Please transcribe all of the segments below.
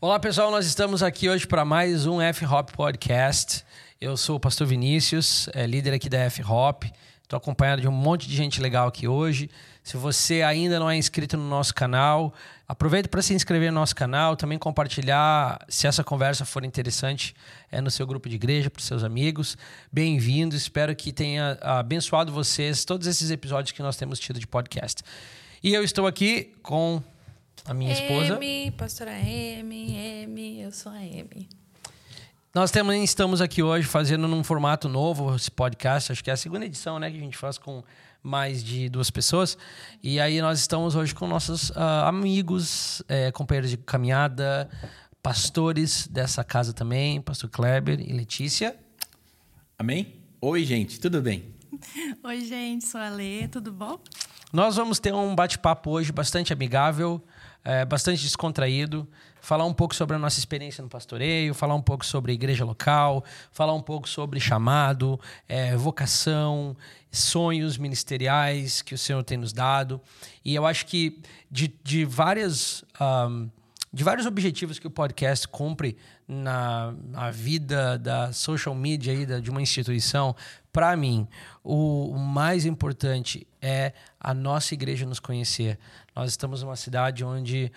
Olá, pessoal. Nós estamos aqui hoje para mais um F-Hop Podcast. Eu sou o pastor Vinícius, líder aqui da F-Hop. Estou acompanhado de um monte de gente legal aqui hoje. Se você ainda não é inscrito no nosso canal, aproveite para se inscrever no nosso canal, também compartilhar, se essa conversa for interessante, no seu grupo de igreja, para os seus amigos. Bem-vindos, espero que tenha abençoado vocês todos esses episódios que nós temos tido de podcast. E eu estou aqui com a minha esposa. Pastora Amy, eu sou a Amy. Nós também estamos aqui hoje fazendo num formato novo esse podcast, acho que é a segunda edição, né, que a gente faz com mais de 2 pessoas. E aí nós estamos hoje com nossos amigos, companheiros de caminhada, pastores dessa casa também, pastor Kleber e Letícia. Amém? Oi, gente, tudo bem? Oi, gente, sou a Lê, tudo bom? Nós vamos ter um bate-papo hoje bastante amigável, bastante descontraído, falar um pouco sobre a nossa experiência no pastoreio, falar um pouco sobre a igreja local, falar um pouco sobre chamado, vocação, sonhos ministeriais que o Senhor tem nos dado. E eu acho que de vários objetivos que o podcast cumpre na vida da social media aí, de uma instituição, para mim, o mais importante é a nossa igreja nos conhecer. Nós estamos numa cidade onde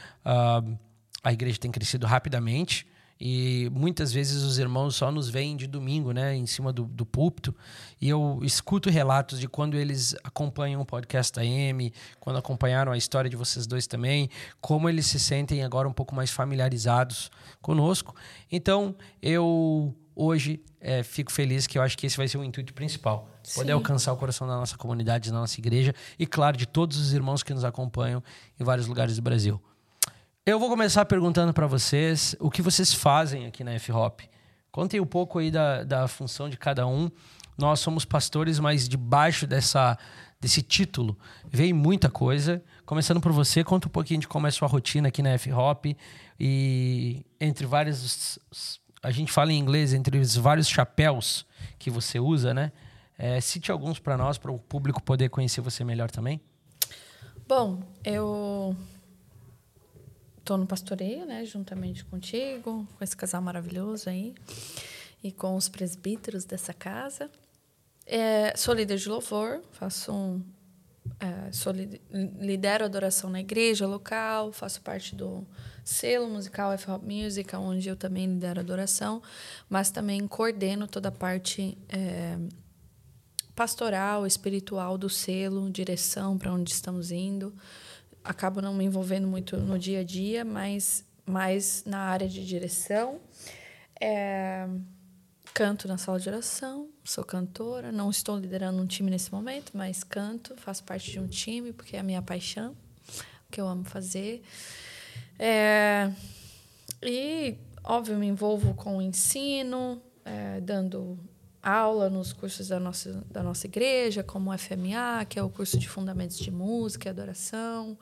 a igreja tem crescido rapidamente e muitas vezes os irmãos só nos veem de domingo, né, em cima do púlpito. E eu escuto relatos de quando eles acompanham o podcast da Amy, quando acompanharam a história de vocês dois também, como eles se sentem agora um pouco mais familiarizados conosco. Então, eu hoje fico feliz que eu acho que esse vai ser o intuito principal. Poder Sim. alcançar o coração da nossa comunidade, da nossa igreja e, claro, de todos os irmãos que nos acompanham em vários lugares do Brasil. Eu vou começar perguntando para vocês o que vocês fazem aqui na F-Hop. Contem um pouco aí da função de cada um. Nós somos pastores, mas debaixo desse título vem muita coisa. Começando por você, conta um pouquinho de como é a sua rotina aqui na F-Hop. E entre vários... A gente fala em inglês, entre os vários chapéus que você usa, né? Cite alguns para nós, para o público poder conhecer você melhor também. Bom, eu estou no pastoreio, né, juntamente contigo, com esse casal maravilhoso aí, e com os presbíteros dessa casa. Sou líder de louvor, lidero adoração na igreja local, faço parte do selo musical F-Hop Music, onde eu também lidero adoração, mas também coordeno toda a parte pastoral, espiritual do selo, direção para onde estamos indo. Acabo não me envolvendo muito no dia a dia, mas mais na área de direção. Canto na sala de oração, sou cantora, não estou liderando um time nesse momento, mas canto, faço parte de um time, porque é a minha paixão, o que eu amo fazer. E, óbvio, me envolvo com o ensino, dando aula nos cursos da nossa igreja, como o FMA, que é o curso de Fundamentos de Música e Adoração,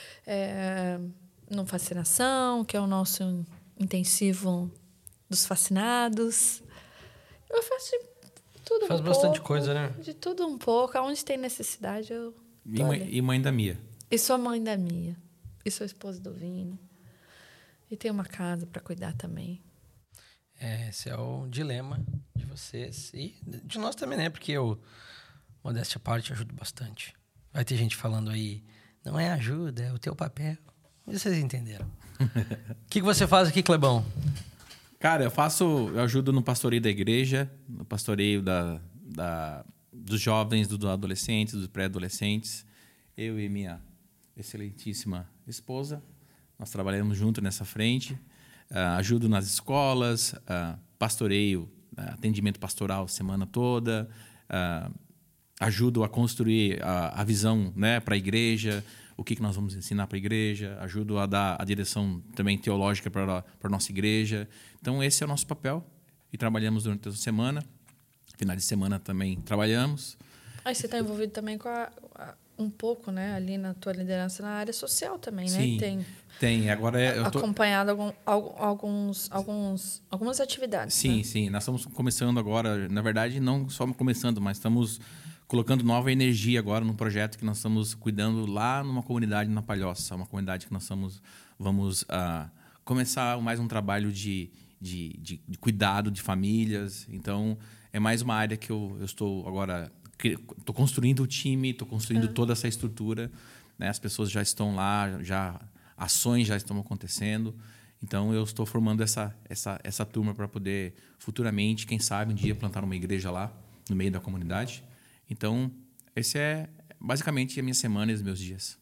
no Fascinação, que é o nosso intensivo dos fascinados. Eu faço de tudo Faz um bastante pouco, coisa, né? De tudo um pouco. Aonde tem necessidade, eu... E mãe da Mia. E sou mãe da Mia. E sou esposa do Vini. E tenho uma casa para cuidar também. Esse é o dilema de vocês e de nós também, né? Porque eu, modéstia à parte, ajudo bastante. Vai ter gente falando aí, não é ajuda, é o teu papel. Vocês entenderam. O que você faz aqui, Clebão? Cara, eu ajudo no pastoreio da igreja, no pastoreio dos jovens, dos adolescentes, dos pré-adolescentes. Eu e minha excelentíssima esposa, nós trabalhamos junto nessa frente. Ajudo nas escolas, pastoreio, atendimento pastoral a semana toda, ajudo a construir a visão, né, para a igreja, o que nós vamos ensinar para a igreja, ajudo a dar a direção também teológica para a nossa igreja. Então, esse é o nosso papel e trabalhamos durante a semana. Final de semana também trabalhamos. Aí você está envolvido também com um pouco, né, ali na tua liderança na área social também, né? Sim, tem. Agora eu tô acompanhado algumas atividades. Sim, né? sim. Nós estamos começando agora, na verdade, não só começando, mas estamos colocando nova energia agora num projeto que nós estamos cuidando lá numa comunidade na Palhoça, uma comunidade que nós vamos começar mais um trabalho de cuidado de famílias. Então, é mais uma área que eu estou agora... Estou construindo o time, estou construindo toda essa estrutura. Né? As pessoas já estão lá, ações já estão acontecendo. Então, eu estou formando essa turma para poder, futuramente, quem sabe, um dia plantar uma igreja lá, no meio da comunidade. Então, esse é basicamente a minha semana e os meus dias.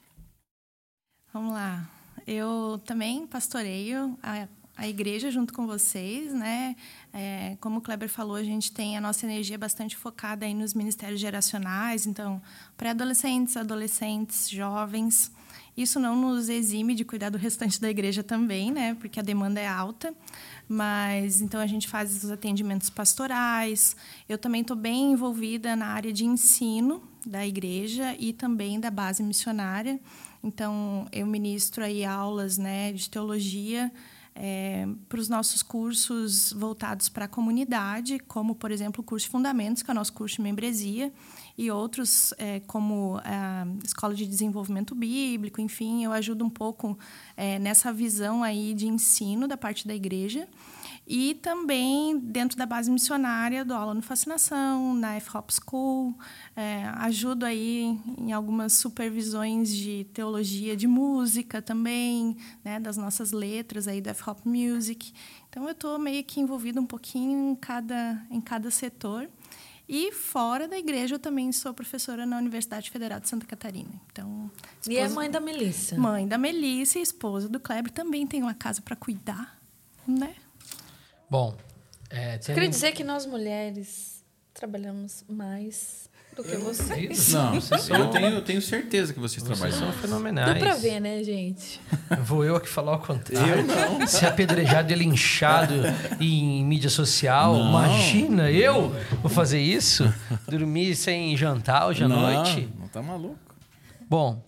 Vamos lá. Eu também pastoreio a igreja junto com vocês, né? Como o Kleber falou, a gente tem a nossa energia bastante focada aí nos ministérios geracionais, então pré-adolescentes, adolescentes, jovens. Isso não nos exime de cuidar do restante da igreja também, né? Porque a demanda é alta. Mas então a gente faz os atendimentos pastorais. Eu também estou bem envolvida na área de ensino da igreja e também da base missionária. Então eu ministro aí aulas, né, de teologia para os nossos cursos voltados para a comunidade, como, por exemplo, o curso de Fundamentos, que é o nosso curso de membresia, e outros, como a Escola de Desenvolvimento Bíblico, enfim, eu ajudo um pouco nessa visão aí de ensino da parte da igreja. E também, dentro da base missionária, dou aula no Fascinação, na F-Hop School, ajudo aí em algumas supervisões de teologia de música também, né, das nossas letras aí do F-Hop Music. Então, eu estou meio que envolvida um pouquinho em cada setor. E fora da igreja, eu também sou professora na Universidade Federal de Santa Catarina. Então, E é mãe da Melissa. Mãe da Melissa e esposa do Kleber. Também tem uma casa para cuidar, né? Bom, Queria dizer que nós mulheres trabalhamos mais do que vocês. Não, eu tenho certeza que vocês trabalham. São fenomenais. Dá pra ver, né, gente? Vou eu aqui falar ao contrário. Eu não. Ser apedrejado e linchado em mídia social. Não. Imagina, eu vou fazer isso? Dormir sem jantar hoje à noite? Não tá maluco. Bom,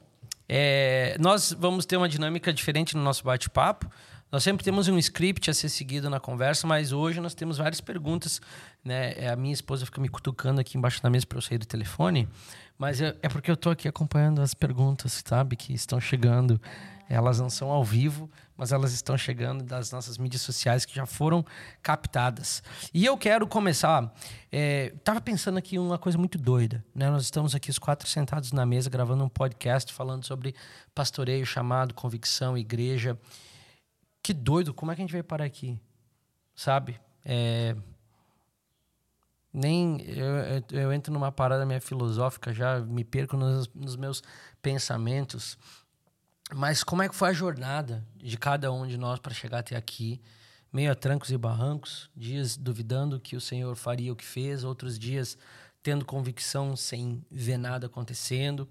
nós vamos ter uma dinâmica diferente no nosso bate-papo. Nós sempre temos um script a ser seguido na conversa, mas hoje nós temos várias perguntas, né? A minha esposa fica me cutucando aqui embaixo da mesa para eu sair do telefone, mas é porque eu estou aqui acompanhando as perguntas, sabe? Que estão chegando. Elas não são ao vivo, mas elas estão chegando das nossas mídias sociais que já foram captadas. E eu quero começar... Estava pensando aqui uma coisa muito doida, né? Nós estamos aqui os 4 sentados na mesa gravando um podcast falando sobre pastoreio, chamado, convicção, igreja... Que doido, como é que a gente veio parar aqui? Sabe? Eu entro numa parada meio filosófica, já me perco nos meus pensamentos. Mas como é que foi a jornada de cada um de nós para chegar até aqui? Meio a trancos e barrancos, dias duvidando que o Senhor faria o que fez, outros dias tendo convicção sem ver nada acontecendo.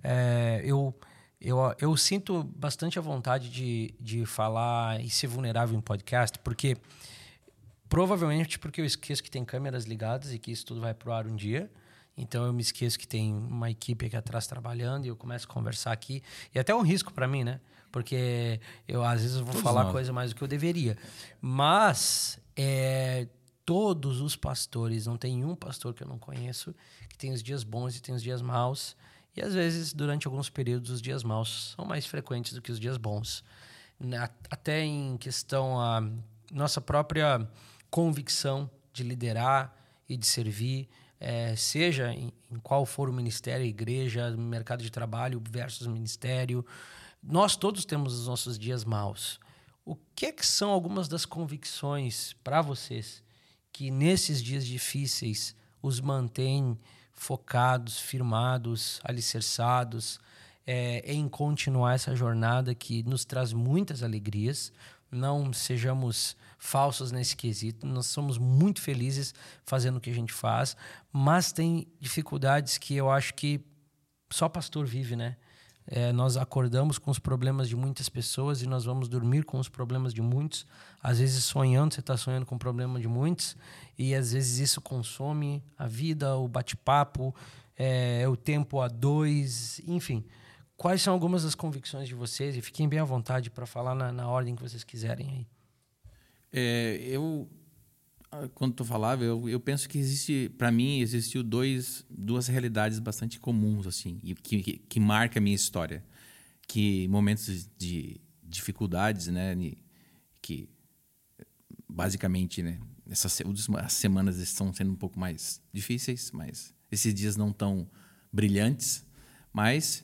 Eu sinto bastante a vontade de falar e ser vulnerável em podcast, provavelmente porque eu esqueço que tem câmeras ligadas e que isso tudo vai pro ar um dia. Então eu me esqueço que tem uma equipe aqui atrás trabalhando e eu começo a conversar aqui. E até é um risco para mim, né? Porque às vezes eu vou falar coisa mais do que eu deveria. Mas todos os pastores, não tem um pastor que eu não conheço que tem os dias bons e tem os dias maus. E, às vezes, durante alguns períodos, os dias maus são mais frequentes do que os dias bons. Até em questão a nossa própria convicção de liderar e de servir, seja em qual for o ministério, a igreja, o mercado de trabalho versus ministério. Nós todos temos os nossos dias maus. O que são algumas das convicções para vocês que, nesses dias difíceis, os mantêm focados, firmados, alicerçados em continuar essa jornada que nos traz muitas alegrias? Não sejamos falsos nesse quesito. Nós somos muito felizes fazendo o que a gente faz, mas tem dificuldades que eu acho que só pastor vive, né? Nós acordamos com os problemas de muitas pessoas e nós vamos dormir com os problemas de muitos. Às vezes sonhando, você está sonhando com o problema de muitos e às vezes isso consome a vida, o bate-papo, o tempo a dois, enfim. Quais são algumas das convicções de vocês? E fiquem bem à vontade para falar na ordem que vocês quiserem aí. Quando tu falava, eu penso que para mim existiu duas realidades bastante comuns assim, e que marca a minha história, que momentos de dificuldades, né, que basicamente, né, as semanas estão sendo um pouco mais difíceis, mas esses dias não tão brilhantes. Mas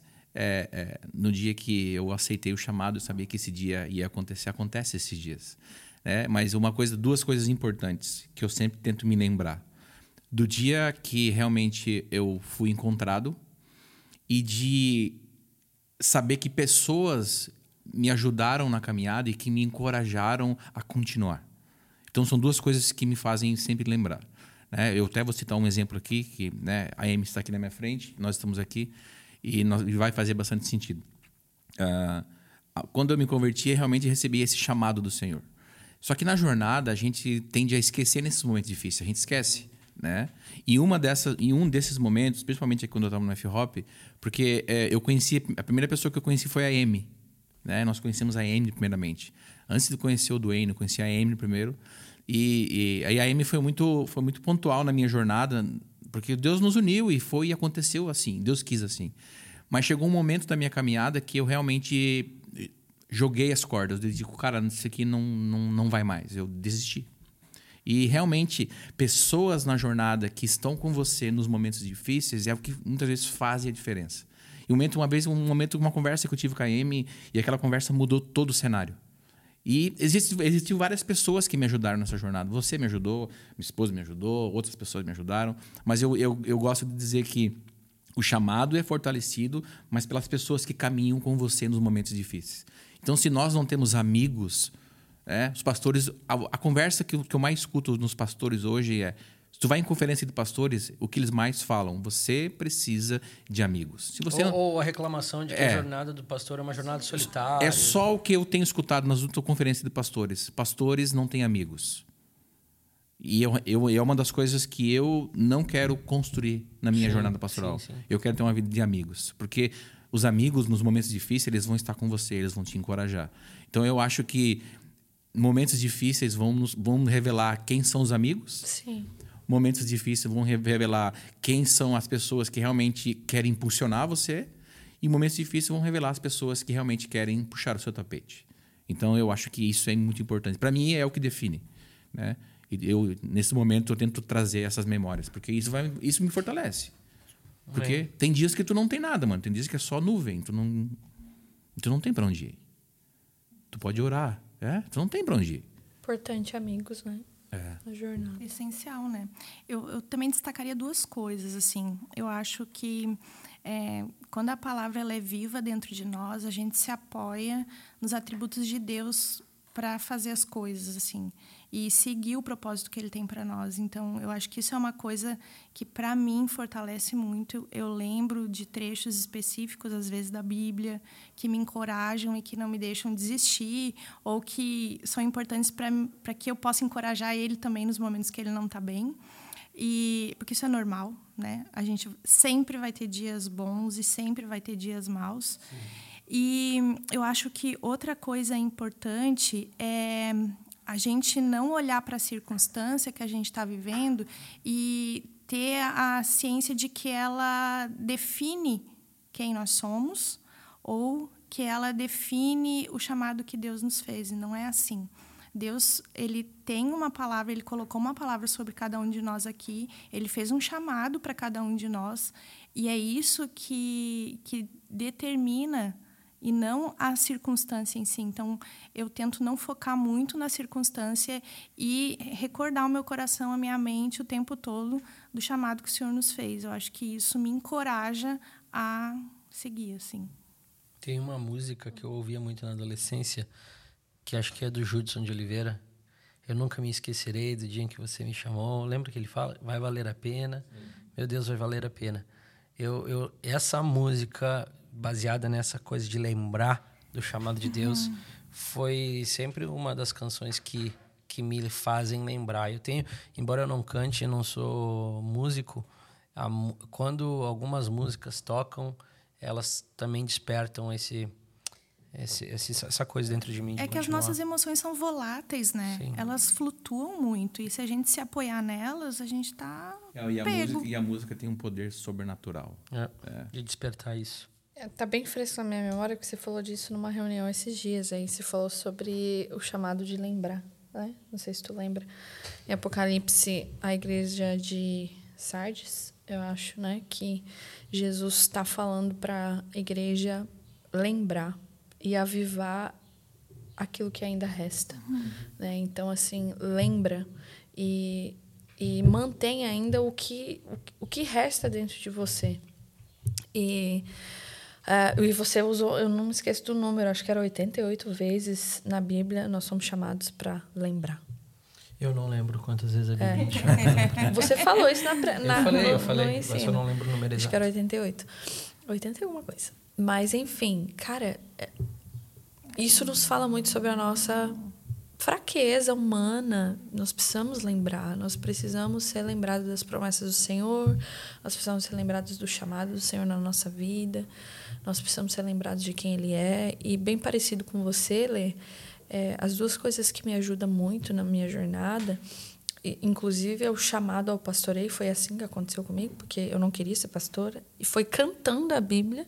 no dia que eu aceitei o chamado, eu sabia que esse dia ia acontecer. Acontece esses dias. Mas duas coisas importantes que eu sempre tento me lembrar. Do dia que realmente eu fui encontrado e de saber que pessoas me ajudaram na caminhada e que me encorajaram a continuar. Então, são duas coisas que me fazem sempre lembrar. Eu até vou citar um exemplo aqui, que a Amy está aqui na minha frente, nós estamos aqui, e vai fazer bastante sentido. Quando eu me converti, eu realmente recebi esse chamado do Senhor. Só que na jornada, a gente tende a esquecer nesses momentos difíceis, a gente esquece. E um desses momentos, principalmente quando eu estava no F-Hop, porque a primeira pessoa que eu conheci foi a Amy. Nós conhecemos a Amy primeiramente. Antes de conhecer o Duane, eu conheci a Amy primeiro. E aí a Amy foi muito pontual na minha jornada, porque Deus nos uniu e aconteceu assim, Deus quis assim. Mas chegou um momento da minha caminhada que eu realmente joguei as cordas. Eu digo, cara, isso aqui não vai mais. Eu desisti. E realmente, pessoas na jornada que estão com você nos momentos difíceis é o que muitas vezes fazem a diferença. E uma conversa que eu tive com a Amy, e aquela conversa mudou todo o cenário. E existiam várias pessoas que me ajudaram nessa jornada. Você me ajudou, minha esposa me ajudou, outras pessoas me ajudaram. Mas eu gosto de dizer que o chamado é fortalecido, mas pelas pessoas que caminham com você nos momentos difíceis. Então, se nós não temos amigos, os pastores... A conversa que eu mais escuto nos pastores hoje é... Se tu vai em conferência de pastores, o que eles mais falam? Você precisa de amigos. Se você ou a reclamação de que a jornada do pastor é uma jornada solitária. É só o que eu tenho escutado nas outras conferências de pastores. Pastores não têm amigos. E é uma das coisas que eu não quero construir na minha jornada pastoral. Sim. Eu quero ter uma vida de amigos. Porque os amigos, nos momentos difíceis, eles vão estar com você, eles vão te encorajar. Então, eu acho que momentos difíceis vão revelar quem são os amigos. Sim. Momentos difíceis vão revelar quem são as pessoas que realmente querem impulsionar você. E momentos difíceis vão revelar as pessoas que realmente querem puxar o seu tapete. Então, eu acho que isso é muito importante. Para mim, é o que define. E nesse momento, eu tento trazer essas memórias. Porque isso me fortalece. Porque tem dias que tu não tem nada, mano. Tem dias que é só nuvem. Tu não tem para onde ir. Tu pode orar. Tu não tem para onde ir. Importante, amigos, né? Na jornada. Essencial, né? Eu também destacaria duas coisas, assim. Eu acho que quando a palavra ela é viva dentro de nós, a gente se apoia nos atributos de Deus para fazer as coisas, assim, e seguir o propósito que Ele tem para nós. Então, eu acho que isso é uma coisa que, para mim, fortalece muito. Eu lembro de trechos específicos, às vezes, da Bíblia, que me encorajam e que não me deixam desistir, ou que são importantes para que eu possa encorajar Ele também nos momentos que Ele não está bem. Porque isso é normal, né? A gente sempre vai ter dias bons e sempre vai ter dias maus. Sim. E eu acho que outra coisa importante é a gente não olhar para a circunstância que a gente está vivendo e ter a ciência de que ela define quem nós somos ou que ela define o chamado que Deus nos fez. E não é assim. Deus, ele tem uma palavra, ele colocou uma palavra sobre cada um de nós aqui, ele fez um chamado para cada um de nós, e é isso que determina, e não a circunstância em si. Então, eu tento não focar muito na circunstância e recordar o meu coração, a minha mente, o tempo todo do chamado que o Senhor nos fez. Eu acho que isso me encoraja a seguir, assim. Tem uma música que eu ouvia muito na adolescência, que acho que é do Judson de Oliveira. Eu nunca me esquecerei do dia em que você me chamou. Lembra que ele fala? Vai valer a pena. Meu Deus, vai valer a pena. Essa música, baseada nessa coisa de lembrar do chamado de Deus, foi sempre uma das canções que me fazem lembrar. Embora eu não cante, eu não sou músico, quando algumas músicas tocam, elas também despertam essa coisa dentro de mim. É que as nossas emoções são voláteis, né? Sim. Elas flutuam muito. E se a gente se apoiar nelas, a gente tá pego. E a música tem um poder sobrenatural. De despertar isso. Tá bem fresco na minha memória que você falou disso numa reunião esses dias aí. Você falou sobre o chamado de lembrar, né? Não sei se tu lembra. Em Apocalipse, a igreja de Sardes, eu acho, né? Que Jesus está falando para a igreja lembrar e avivar aquilo que ainda resta, né? Então, assim, lembra e mantém ainda o que resta dentro de você. E você usou, eu não me esqueço do número, acho que era 88 vezes na Bíblia nós somos chamados para lembrar. Eu não lembro quantas vezes a Bíblia me chama. Você falou isso eu falei, mas eu não lembro o número exato. Acho que era 88. 80 e alguma coisa. Mas, enfim, cara, isso nos fala muito sobre a nossa fraqueza humana. Nós precisamos lembrar, nós precisamos ser lembrados das promessas do Senhor, nós precisamos ser lembrados do chamado do Senhor na nossa vida, nós precisamos ser lembrados de quem Ele é. E bem parecido com você, Lê, as duas coisas que me ajudam muito na minha jornada, inclusive o chamado ao pastoreio, foi assim que aconteceu comigo, porque eu não queria ser pastora, e foi cantando a Bíblia,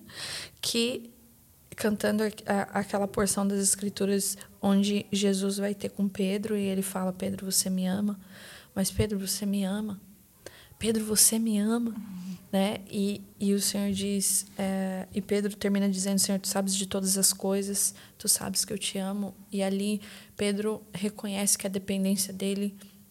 cantando aquela porção das Escrituras onde Jesus vai ter com Pedro e ele fala: Pedro, você me ama? Mas Pedro, você me ama? Pedro, você me ama? Né? E o Senhor diz, e Pedro termina dizendo: Senhor, tu sabes de todas as coisas, tu sabes que eu te amo. E ali Pedro reconhece que a dependência dele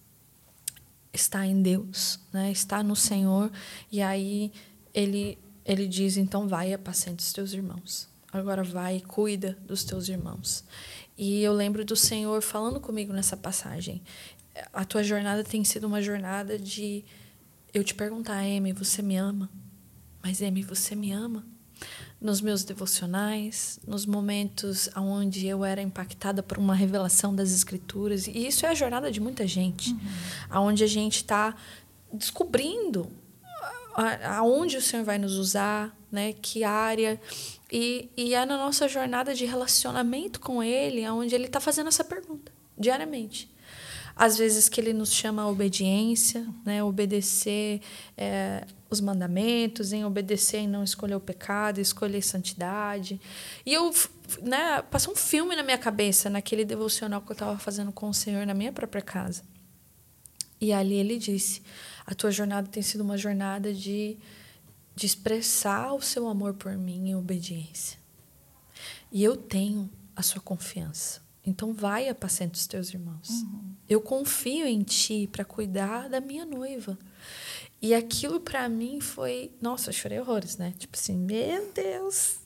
está em Deus, né? Está no Senhor. E aí ele diz: então vai e apacenta os teus irmãos. Agora vai e cuida dos teus irmãos. E eu lembro do Senhor falando comigo nessa passagem: a tua jornada tem sido uma jornada de eu te perguntar: Amy, você me ama? Mas, Amy, você me ama? Nos meus devocionais, nos momentos onde eu era impactada por uma revelação das Escrituras. E isso é a jornada de muita gente. Onde a gente está descobrindo aonde o Senhor vai nos usar, né? Que área. E é na nossa jornada de relacionamento com Ele onde Ele está fazendo essa pergunta, diariamente. Às vezes que Ele nos chama a obediência, né? Obedecer os mandamentos, em obedecer e não escolher o pecado, escolher santidade. E eu, né, passou um filme na minha cabeça, naquele devocional que eu estava fazendo com o Senhor na minha própria casa. E ali Ele disse: a tua jornada tem sido uma jornada de expressar o seu amor por mim em obediência. E eu tenho a sua confiança. Então vai e apacenta os teus irmãos. Eu confio em ti para cuidar da minha noiva. E aquilo para mim foi... Nossa, eu chorei horrores, né? Tipo assim, meu Deus.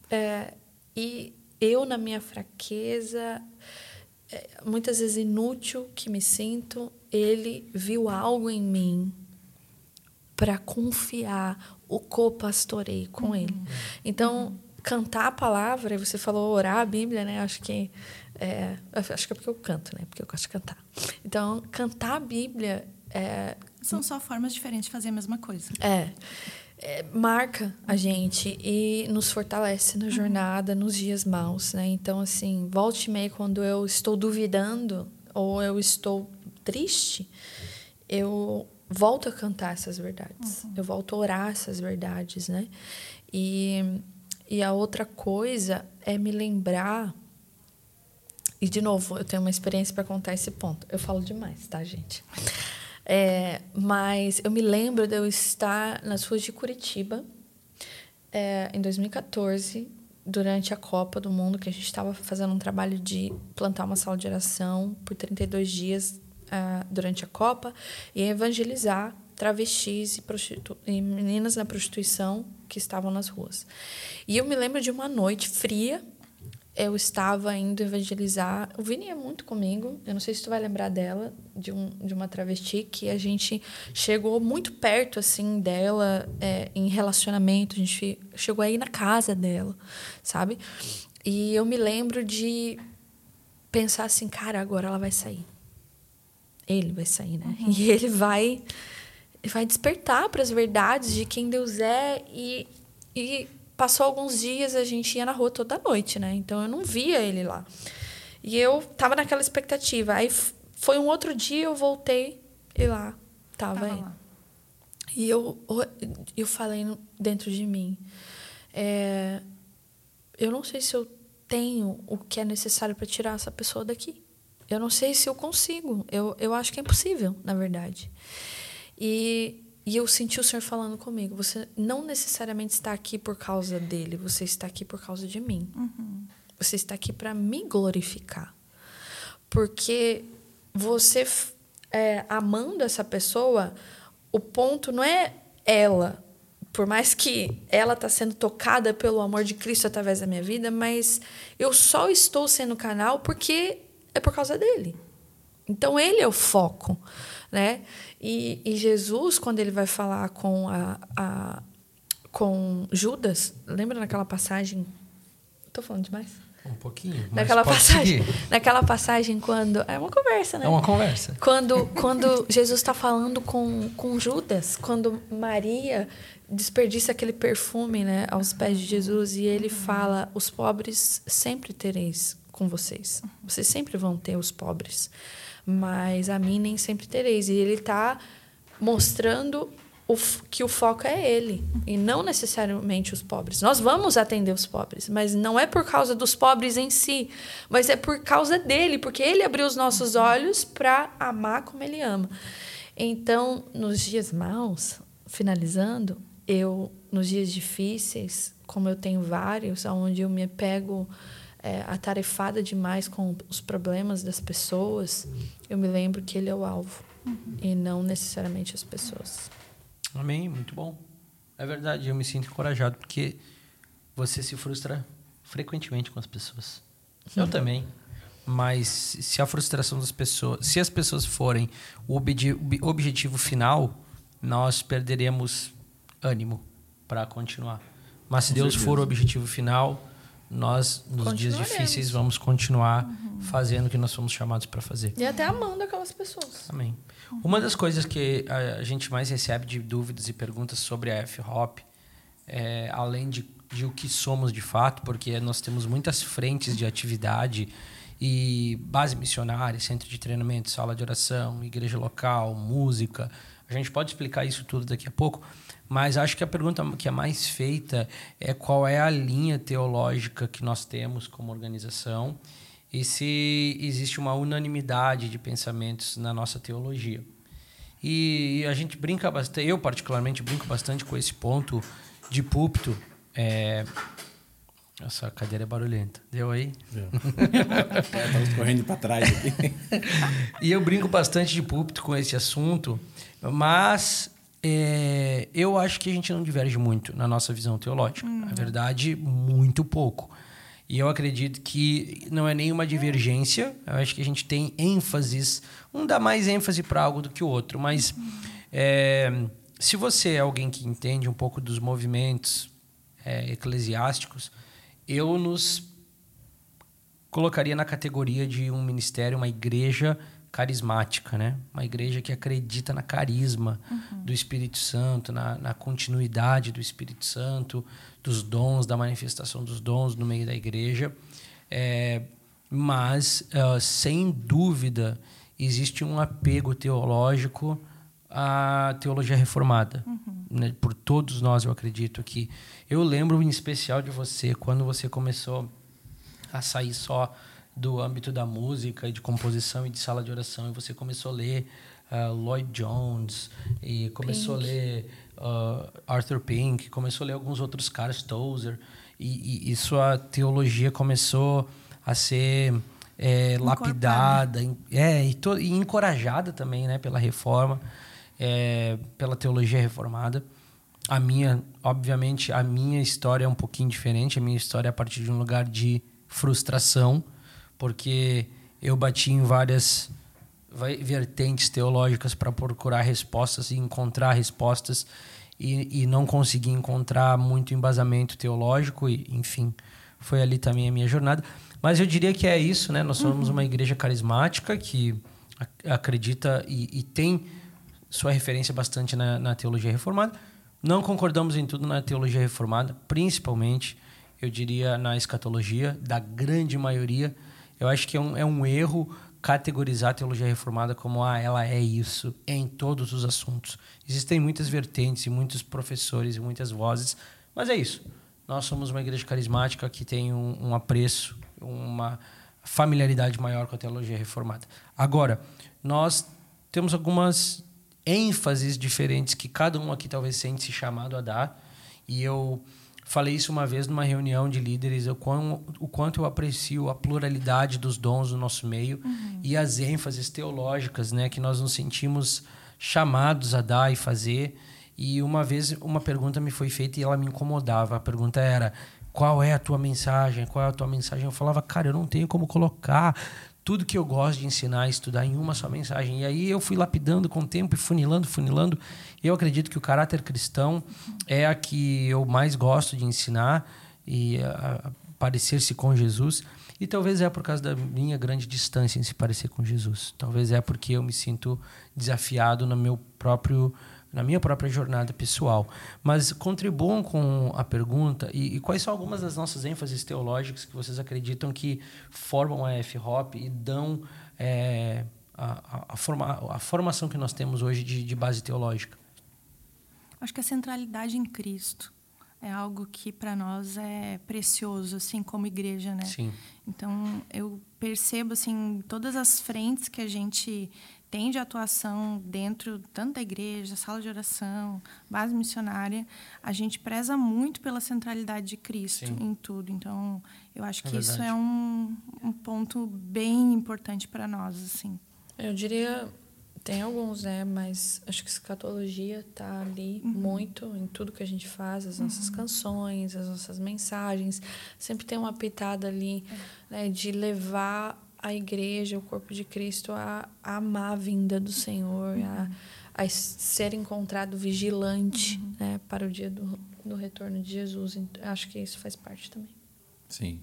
E eu, na minha fraqueza, muitas vezes inútil que me sinto, Ele viu algo em mim para confiar, o co-pastorei com Ele. Então, cantar a palavra, você falou orar a Bíblia, né? Acho que é porque eu canto, né? Porque eu gosto de cantar. Então, cantar a Bíblia... São só formas diferentes de fazer a mesma coisa. Marca a gente e nos fortalece na jornada, nos dias maus, né? Então, assim, volte e meia, quando eu estou duvidando ou eu estou triste, eu volto a cantar essas verdades. Eu volto a orar essas verdades, né? E a outra coisa é me lembrar... E, de novo, eu tenho uma experiência para contar esse ponto. Eu falo demais, tá, gente? Mas eu me lembro de eu estar nas ruas de Curitiba, em 2014, durante a Copa do Mundo, que a gente estava fazendo um trabalho de plantar uma sala de oração por 32 dias durante a Copa e evangelizar travestis e meninas na prostituição que estavam nas ruas. E eu me lembro de uma noite fria. Eu estava indo evangelizar. O Vini é muito comigo. Eu não sei se tu vai lembrar dela, de uma travesti, que a gente chegou muito perto assim dela em relacionamento. A gente chegou aí na casa dela, sabe? E eu me lembro de pensar assim: cara, agora ela vai sair. Ele vai sair, né? E ele vai despertar para as verdades de quem Deus é. E passou alguns dias, a gente ia na rua toda noite, né? Então, eu não via ele lá. E eu tava naquela expectativa. Aí, foi um outro dia, eu voltei e lá tava ele. Lá. E eu falei dentro de mim: eu não sei se eu tenho o que é necessário para tirar essa pessoa daqui. Eu não sei se eu consigo. Eu acho que é impossível, na verdade. E eu senti o Senhor falando comigo. Você não necessariamente está aqui por causa dele. Você está aqui por causa de mim. Você está aqui para me glorificar. Porque você, amando essa pessoa, o ponto não é ela. Por mais que ela está sendo tocada pelo amor de Cristo através da minha vida, mas eu só estou sendo canal porque é por causa dele. Então, ele é o foco, né? E Jesus, quando ele vai falar com Judas, lembra naquela passagem... Estou falando demais? Um pouquinho. Naquela passagem, quando... É uma conversa, né? É uma conversa. Quando Jesus está falando com Judas, quando Maria desperdiça aquele perfume, né, aos pés de Jesus, e ele fala: os pobres sempre tereis com vocês. Vocês sempre vão ter os pobres, mas a mim nem sempre tereis. E ele está mostrando que o foco é ele, e não necessariamente os pobres. Nós vamos atender os pobres, mas não é por causa dos pobres em si, mas é por causa dele, porque ele abriu os nossos olhos para amar como ele ama. Então, nos dias maus, finalizando, nos dias difíceis, como eu tenho vários, onde eu me pego atarefada demais com os problemas das pessoas, eu me lembro que ele é o alvo, e não necessariamente as pessoas. Amém, muito bom. É verdade, eu me sinto encorajado, porque você se frustra frequentemente com as pessoas. Eu também. Mas se a frustração das pessoas... Se as pessoas forem o objetivo final, nós perderemos ânimo para continuar. Mas se Deus for o objetivo final, nós, nos dias difíceis, vamos continuar fazendo o que nós fomos chamados para fazer. E até amando aquelas pessoas. Amém. Uma das coisas que a gente mais recebe de dúvidas e perguntas sobre a F-Hop, além de o que somos de fato, porque nós temos muitas frentes de atividade e base missionária, centro de treinamento, sala de oração, igreja local, música. A gente pode explicar isso tudo daqui a pouco, mas acho que a pergunta que é mais feita é qual é a linha teológica que nós temos como organização e se existe uma unanimidade de pensamentos na nossa teologia. E a gente brinca bastante, eu particularmente brinco bastante com esse ponto de púlpito. Essa cadeira é barulhenta. Deu aí? Deu. Estamos correndo para trás aqui. E eu brinco bastante de púlpito com esse assunto, mas eu acho que a gente não diverge muito na nossa visão teológica. Na verdade, muito pouco. E eu acredito que não é nenhuma divergência. Eu acho que a gente tem ênfases. Um dá mais ênfase para algo do que o outro. Mas se você é alguém que entende um pouco dos movimentos eclesiásticos, eu nos colocaria na categoria de um ministério, uma igreja carismática, né? Uma igreja que acredita na carisma do Espírito Santo, na continuidade do Espírito Santo, dos dons, da manifestação dos dons no meio da igreja. Mas, sem dúvida, existe um apego teológico à teologia reformada. Né? Por todos nós, eu acredito aqui. Eu lembro em especial de você, quando você começou a sair só do âmbito da música e de composição e de sala de oração, e você começou a ler Lloyd Jones, e começou a ler Arthur Pink, começou a ler alguns outros caras, Tozer, e sua teologia começou a ser lapidada e encorajada também, né, pela reforma, pela teologia reformada. Obviamente, a minha história é um pouquinho diferente. A minha história é a partir de um lugar de frustração, porque eu bati em várias vertentes teológicas para procurar respostas e encontrar respostas e não consegui encontrar muito embasamento teológico e, enfim, foi ali também a minha jornada. Mas eu diria que é isso, né? Nós somos uma igreja carismática que acredita e tem sua referência bastante na teologia reformada. Não concordamos em tudo na teologia reformada, principalmente, eu diria, na escatologia, da grande maioria. Eu acho que é um erro categorizar a teologia reformada como ela é isso em todos os assuntos. Existem muitas vertentes e muitos professores e muitas vozes, mas é isso. nós somos uma igreja carismática que tem um apreço, uma familiaridade maior com a teologia reformada. Agora, nós temos algumas ênfases diferentes que cada um aqui talvez sente-se chamado a dar. E eu falei isso uma vez numa reunião de líderes, o quanto eu aprecio a pluralidade dos dons do nosso meio e as ênfases teológicas, né, que nós nos sentimos chamados a dar e fazer. E uma vez uma pergunta me foi feita e ela me incomodava. A pergunta era: qual é a tua mensagem? Qual é a tua mensagem? Eu falava: cara, eu não tenho como colocar tudo que eu gosto de ensinar e estudar em uma só mensagem. E aí eu fui lapidando com o tempo e funilando. Eu acredito que o caráter cristão é a que eu mais gosto de ensinar e parecer-se com Jesus. E talvez é por causa da minha grande distância em se parecer com Jesus. Talvez é porque eu me sinto desafiado na minha própria jornada pessoal. Mas contribuam com a pergunta e quais são algumas das nossas ênfases teológicas que vocês acreditam que formam a F-Hop e dão a formação que nós temos hoje de base teológica? Acho que a centralidade em Cristo é algo que para nós é precioso, assim, como igreja, né? Sim. Então, eu percebo, assim, todas as frentes que a gente tem de atuação dentro tanto da igreja, sala de oração, base missionária, a gente preza muito pela centralidade de Cristo em tudo. Então, eu acho que isso é um ponto bem importante para nós, assim. Eu diria, tem alguns, né? Mas acho que escatologia está ali muito em tudo que a gente faz, as nossas canções, as nossas mensagens. Sempre tem uma pitada ali, né, de levar a igreja, o corpo de Cristo, a amar a vinda do Senhor, a ser encontrado vigilante, né, para o dia do retorno de Jesus. Então, acho que isso faz parte também. Sim.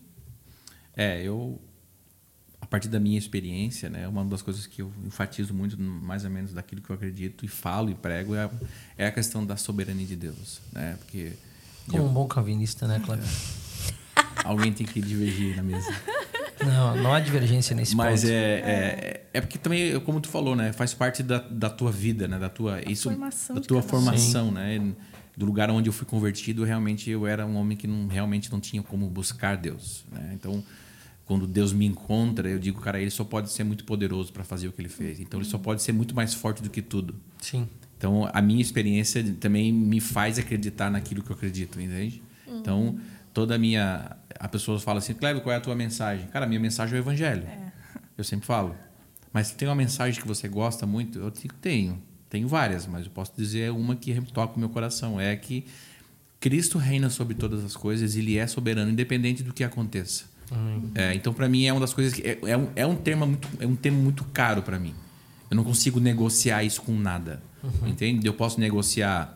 A partir da minha experiência, né, uma das coisas que eu enfatizo muito, mais ou menos daquilo que eu acredito e falo e prego, é a questão da soberania de Deus, né? Porque como um bom calvinista, né, Cleber? Alguém tem que divergir na mesa. Não há divergência nesse ponto. Mas é porque também, como tu falou, né, faz parte da tua vida, né, da tua formação, né? Do lugar onde eu fui convertido, realmente eu era um homem que realmente não tinha como buscar Deus, né? Então, quando Deus me encontra, eu digo, cara, ele só pode ser muito poderoso para fazer o que ele fez. Então, ele só pode ser muito mais forte do que tudo. Sim. Então, a minha experiência também me faz acreditar naquilo que eu acredito, entende? Então, a pessoa fala assim: Cleber, qual é a tua mensagem? Cara, a minha mensagem é o evangelho. Eu sempre falo. Mas tem uma mensagem que você gosta muito? Eu digo, tenho várias, mas eu posso dizer uma que toca o meu coração. É que Cristo reina sobre todas as coisas, ele é soberano, independente do que aconteça. Então, para mim, é uma das coisas que é um termo muito caro para mim. Eu não consigo negociar isso com nada. Entende? Eu posso negociar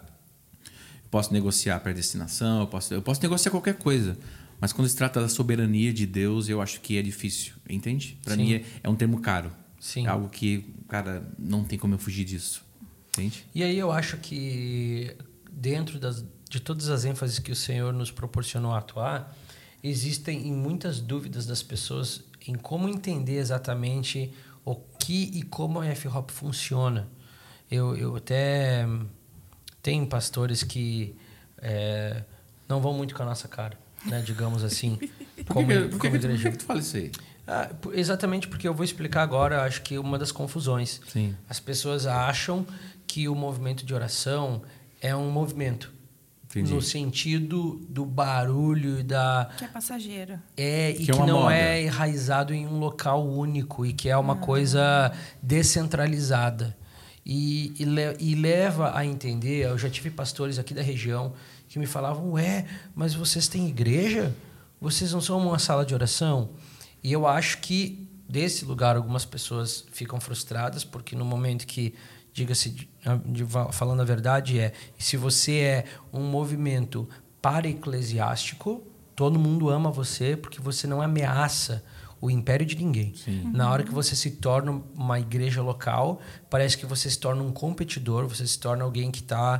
a predestinação, eu posso negociar qualquer coisa. Mas quando se trata da soberania de Deus, eu acho que é difícil. Entende? Para mim é um termo caro. Sim. É algo que, cara, não tem como eu fugir disso. Entende? E aí eu acho que dentro de todas as ênfases que o Senhor nos proporcionou a atuar, existem muitas dúvidas das pessoas em como entender exatamente o que e como a F-Hop funciona. Eu até tenho pastores que não vão muito com a nossa cara, né, digamos assim. Por que tu fala isso aí? Exatamente porque eu vou explicar agora, acho que uma das confusões. Sim. As pessoas acham que o movimento de oração é um movimento. Entendi. No sentido do barulho e da... Que é passageiro. E que não moda. É enraizado em um local único e que é uma coisa descentralizada. E leva a entender... Eu já tive pastores aqui da região que me falavam: mas vocês têm igreja? Vocês não são uma sala de oração? E eu acho que, desse lugar, algumas pessoas ficam frustradas, porque no momento que, diga-se, falando a verdade, se você é um movimento para-eclesiástico, todo mundo ama você porque você não ameaça o império de ninguém. Sim. Na hora que você se torna uma igreja local, parece que você se torna um competidor, você se torna alguém que está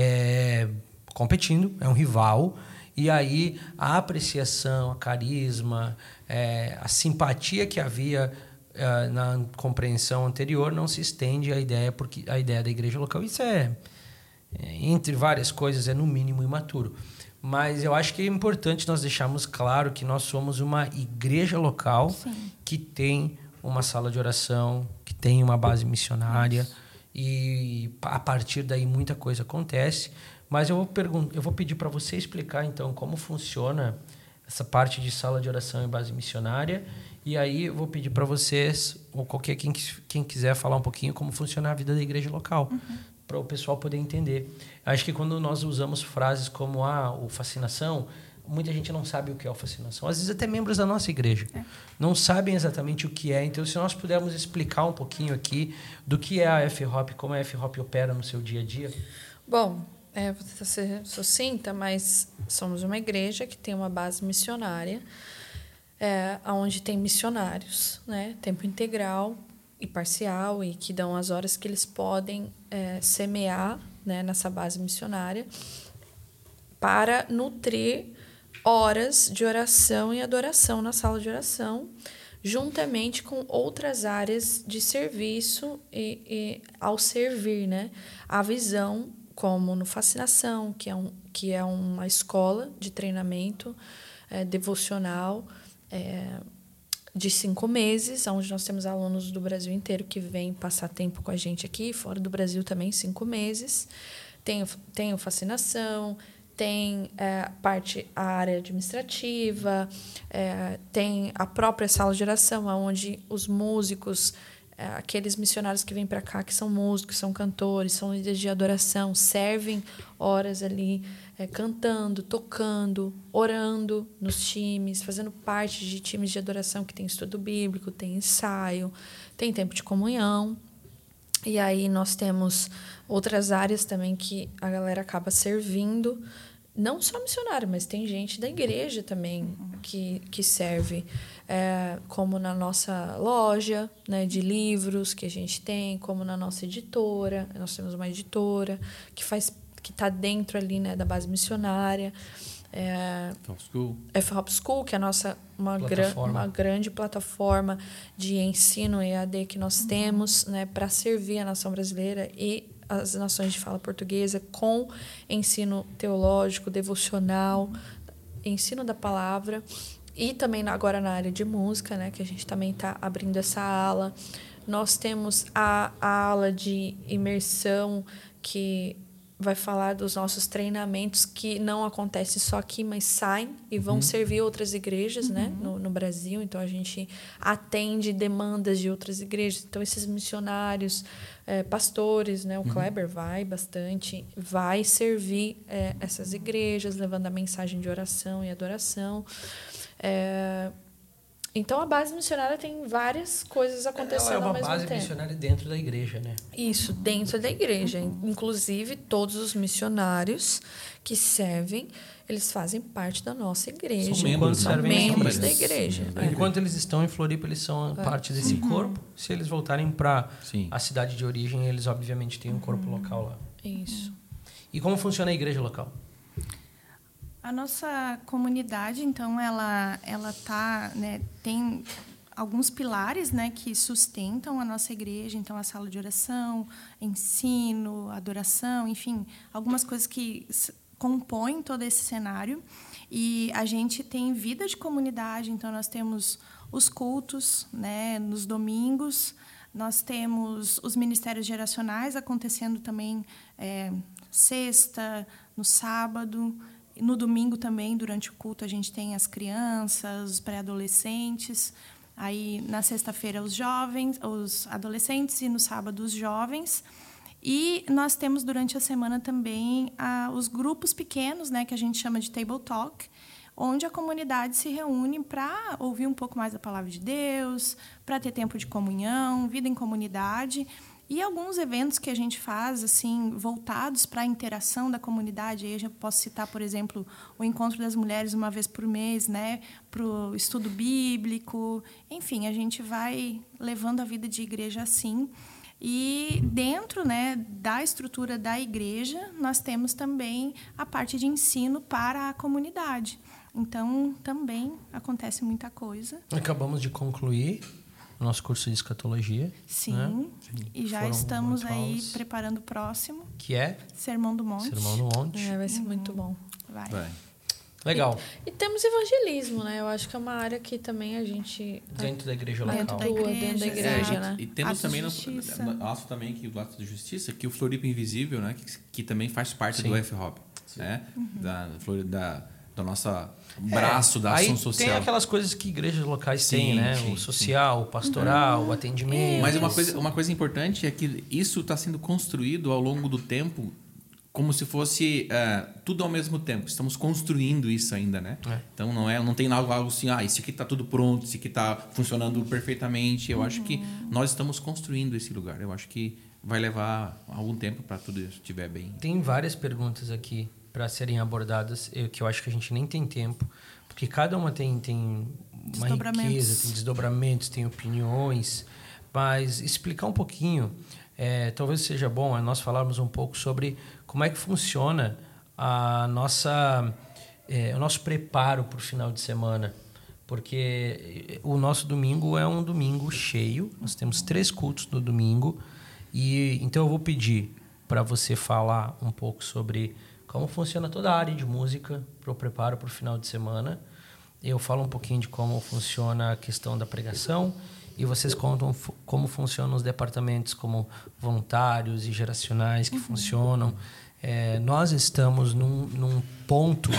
competindo, é um rival. E aí a apreciação, a carisma, a simpatia que havia na compreensão anterior não se estende à ideia, porque a ideia da igreja local, isso entre várias coisas, é no mínimo imaturo. Mas eu acho que é importante nós deixarmos claro que nós somos uma igreja local que tem uma sala de oração, que tem uma base missionária e a partir daí muita coisa acontece. Mas eu vou pedir para você explicar então como funciona essa parte de sala de oração e base missionária. E aí eu vou pedir para vocês, ou quem quiser falar um pouquinho como funciona a vida da igreja local, para o pessoal poder entender. Acho que quando nós usamos frases como o fascinação, muita gente não sabe o que é o fascinação. Às vezes até membros da nossa igreja não sabem exatamente o que é. Então, se nós pudermos explicar um pouquinho aqui do que é a F-Hop, como a F-Hop opera no seu dia a dia. Bom, vou ser sucinta, mas somos uma igreja que tem uma base missionária, onde tem missionários, né, tempo integral e parcial, e que dão as horas que eles podem semear, né, nessa base missionária para nutrir horas de oração e adoração na sala de oração, juntamente com outras áreas de serviço e ao servir, né, a visão, como no Fascinação, que é uma escola de treinamento devocional de 5 meses, onde nós temos alunos do Brasil inteiro que vêm passar tempo com a gente aqui, fora do Brasil também, 5 meses. Tem o Fascinação, tem a área administrativa, tem a própria sala de oração, onde os músicos, aqueles missionários que vêm para cá, que são músicos, são cantores, são líderes de adoração, servem horas ali, cantando, tocando, orando nos times, fazendo parte de times de adoração que tem estudo bíblico, tem ensaio, tem tempo de comunhão. E aí nós temos outras áreas também que a galera acaba servindo, não só missionário, mas tem gente da igreja também que serve, como na nossa loja, né, de livros que a gente tem, como na nossa editora. Nós temos uma editora que está dentro ali, né, da base missionária. F-Hop School, que é uma grande plataforma de ensino EAD que nós temos, né, para servir a nação brasileira e as nações de fala portuguesa com ensino teológico, devocional, ensino da palavra, e também agora na área de música, né, que a gente também está abrindo essa ala. Nós temos a ala de imersão, que vai falar dos nossos treinamentos que não acontecem só aqui, mas saem e vão servir outras igrejas, né, no Brasil. Então, a gente atende demandas de outras igrejas. Então, esses missionários, pastores, né, o Kleber vai servir essas igrejas, levando a mensagem de oração e adoração. Então, a base missionária tem várias coisas acontecendo ao mesmo tempo. É uma base missionária dentro da igreja, né? Isso, dentro da igreja. Inclusive, todos os missionários que servem, eles fazem parte da nossa igreja. São membros da igreja. Enquanto eles estão em Floripa, eles são parte desse corpo. Se eles voltarem para a cidade de origem, eles obviamente têm um corpo local lá. Isso. E como funciona a igreja local? A nossa comunidade, então, ela tá, né, tem alguns pilares, né, que sustentam a nossa igreja. Então, a sala de oração, ensino, adoração, enfim, algumas coisas que compõem todo esse cenário. E a gente tem vida de comunidade. Então, nós temos os cultos, né, nos domingos. Nós temos os ministérios geracionais acontecendo também sexta, no sábado. No domingo também, durante o culto, a gente tem as crianças, os pré-adolescentes. Aí, na sexta-feira, os jovens, os adolescentes, e no sábado, os jovens. E nós temos, durante a semana, também os grupos pequenos, né, que a gente chama de Table Talk, onde a comunidade se reúne para ouvir um pouco mais a palavra de Deus, para ter tempo de comunhão, vida em comunidade. E alguns eventos que a gente faz, assim, voltados para a interação da comunidade. Aí eu já posso citar, por exemplo, o Encontro das Mulheres uma vez por mês, né, para o estudo bíblico. Enfim, a gente vai levando a vida de igreja assim. E dentro, né, da estrutura da igreja, nós temos também a parte de ensino para a comunidade. Então, também acontece muita coisa. Acabamos de concluir o nosso curso de escatologia. Sim, né? E já estamos aí preparando o próximo. Que é? Sermão do Monte. Sermão do Monte. Vai ser muito bom. Vai. Legal. E temos evangelismo, né? Eu acho que é uma área que também a gente Dentro da igreja local. dentro da igreja, né? E temos Atos também, de justiça. nosso também, que o Ato de Justiça, que o Floripa Invisível, né? Que também faz parte do F-Hop, né? Da nossa braço da ação social. Tem aquelas coisas que igrejas locais Sim, têm, né? sim, O social, o pastoral, o atendimento. Mas uma coisa importante é que isso está sendo construído ao longo do tempo como se fosse tudo ao mesmo tempo. Estamos construindo isso ainda, né? Então não tem algo assim, isso aqui está tudo pronto, isso aqui está funcionando perfeitamente. Eu acho que nós estamos construindo esse lugar. Eu acho que vai levar algum tempo para tudo isso estiver bem. Tem várias perguntas aqui para serem abordadas, que eu acho que a gente nem tem tempo, porque cada uma tem uma riqueza, tem desdobramentos, tem opiniões, mas explicar um pouquinho, talvez seja bom nós falarmos um pouco sobre como é que funciona o nosso preparo para o final de semana, porque o nosso domingo é um domingo cheio, nós temos 3 cultos no domingo, e então eu vou pedir para você falar um pouco sobre como funciona toda a área de música para o preparo para o final de semana. Eu falo um pouquinho de como funciona a questão da pregação e vocês contam como funcionam os departamentos como voluntários e geracionais que funcionam. Nós estamos num ponto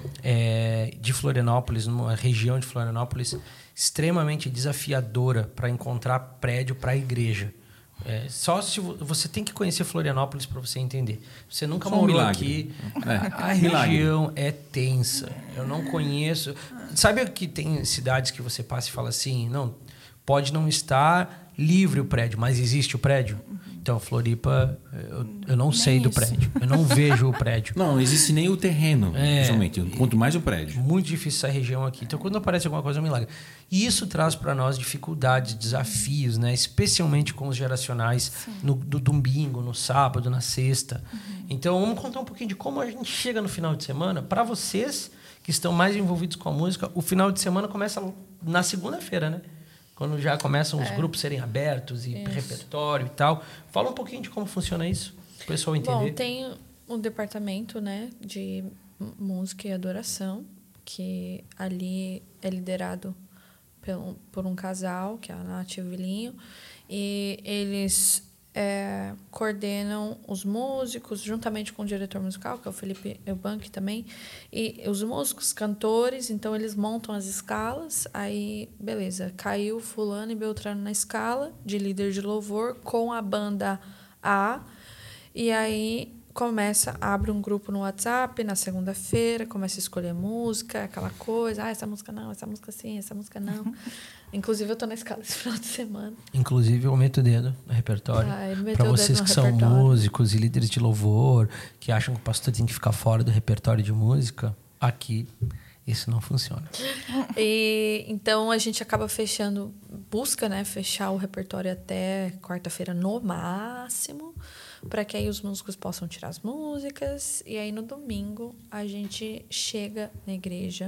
de Florianópolis, numa região de Florianópolis extremamente desafiadora para encontrar prédio para a igreja. Só se você tem que conhecer Florianópolis para você entender. Você nunca morou aqui. A região é tensa. Eu não conheço. Sabe que tem cidades que você passa e fala assim, não, pode não estar livre o prédio, mas existe o prédio? Então, Floripa, eu não sei do prédio. Eu não vejo o prédio. Não existe nem o terreno, principalmente. Quanto mais o prédio. Muito difícil essa região aqui. Então, quando aparece alguma coisa, é um milagre. E isso traz para nós dificuldades, desafios, né? Especialmente com os geracionais no domingo, no sábado, na sexta. Então, vamos contar um pouquinho de como a gente chega no final de semana. Para vocês que estão mais envolvidos com a música, o final de semana começa na segunda-feira, né? Quando já começam os grupos serem abertos e repertório e tal. Fala um pouquinho de como funciona isso, para o pessoal entender. Bom, tem um departamento, né, de música e adoração, que ali é liderado por um casal, que é a Nath e o Vilinho, e eles coordenam os músicos, juntamente com o diretor musical, que é o Felipe Eubank também, e os músicos, cantores, então eles montam as escalas, aí, beleza, caiu fulano e beltrano na escala de líder de louvor com a banda A, e aí abre um grupo no WhatsApp na segunda-feira, começa a escolher música, aquela coisa, essa música não, essa música sim, essa música não. Inclusive, eu tô na escala esse final de semana. Inclusive, eu meto o dedo no repertório. Para vocês que são músicos e líderes de louvor, que acham que o pastor tem que ficar fora do repertório de música, aqui isso não funciona. E então a gente acaba busca, né, fechar o repertório até quarta-feira no máximo, para que aí os músicos possam tirar as músicas. E aí no domingo a gente chega na igreja.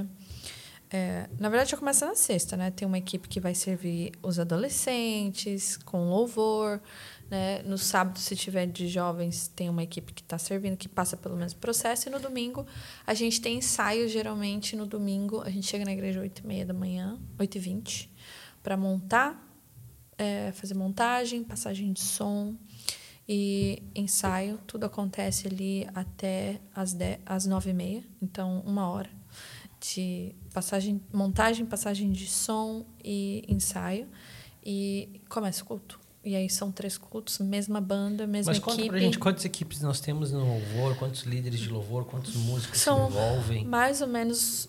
Na verdade, já começa na sexta, né? Tem uma equipe que vai servir os adolescentes com louvor, né? No sábado, se tiver de jovens, tem uma equipe que está servindo, que passa pelo mesmo processo. E no domingo, a gente tem ensaio, geralmente, no domingo. A gente chega na igreja às 8h30 da manhã, 8h20, para montar, fazer montagem, passagem de som e ensaio. Tudo acontece ali até às 9h30, então 1 hora de montagem, passagem de som e ensaio, e começa o culto. E aí são 3 cultos, mesma banda, mesma equipe. Mas conta pra gente quantas equipes nós temos no louvor, quantos líderes de louvor, quantos músicos se envolvem. Mais ou menos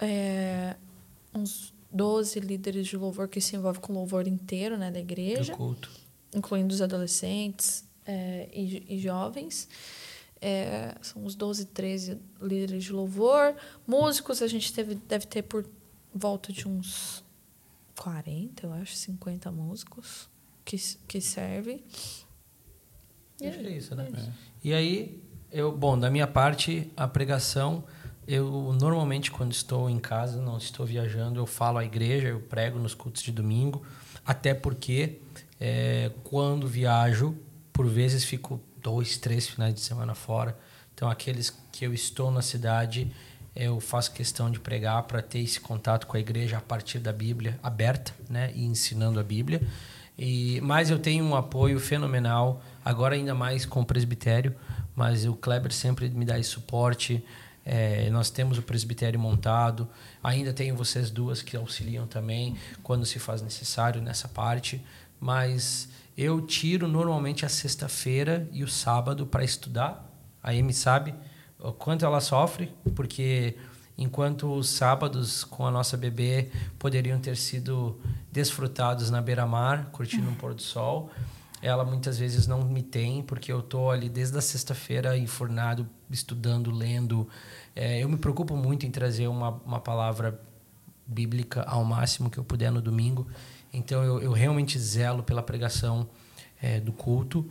uns 12 líderes de louvor que se envolvem com o louvor inteiro, né, da igreja. Do culto. Incluindo os adolescentes e jovens. São uns 12, 13 líderes de louvor. Músicos, a gente deve ter por volta de uns 40, eu acho, 50 músicos que servem. Acho que é isso, né? E aí, da minha parte, a pregação, eu normalmente, quando estou em casa, não estou viajando, eu falo à igreja, eu prego nos cultos de domingo, até porque quando viajo, por vezes fico 2, 3 finais de semana fora. Então, aqueles que eu estou na cidade, eu faço questão de pregar para ter esse contato com a igreja a partir da Bíblia aberta, né, e ensinando a Bíblia. Mas eu tenho um apoio fenomenal, agora ainda mais com o presbitério, mas o Kleber sempre me dá esse suporte. Nós temos o presbitério montado, ainda tenho vocês duas que auxiliam também quando se faz necessário nessa parte, mas eu tiro normalmente a sexta-feira e o sábado para estudar. A Amy sabe o quanto ela sofre, porque enquanto os sábados com a nossa bebê poderiam ter sido desfrutados na beira-mar, curtindo um pôr do sol, ela muitas vezes não me tem, porque eu estou ali desde a sexta-feira enfurnado, estudando, lendo. Eu me preocupo muito em trazer uma palavra bíblica ao máximo que eu puder no domingo. Então, eu realmente zelo pela pregação do culto.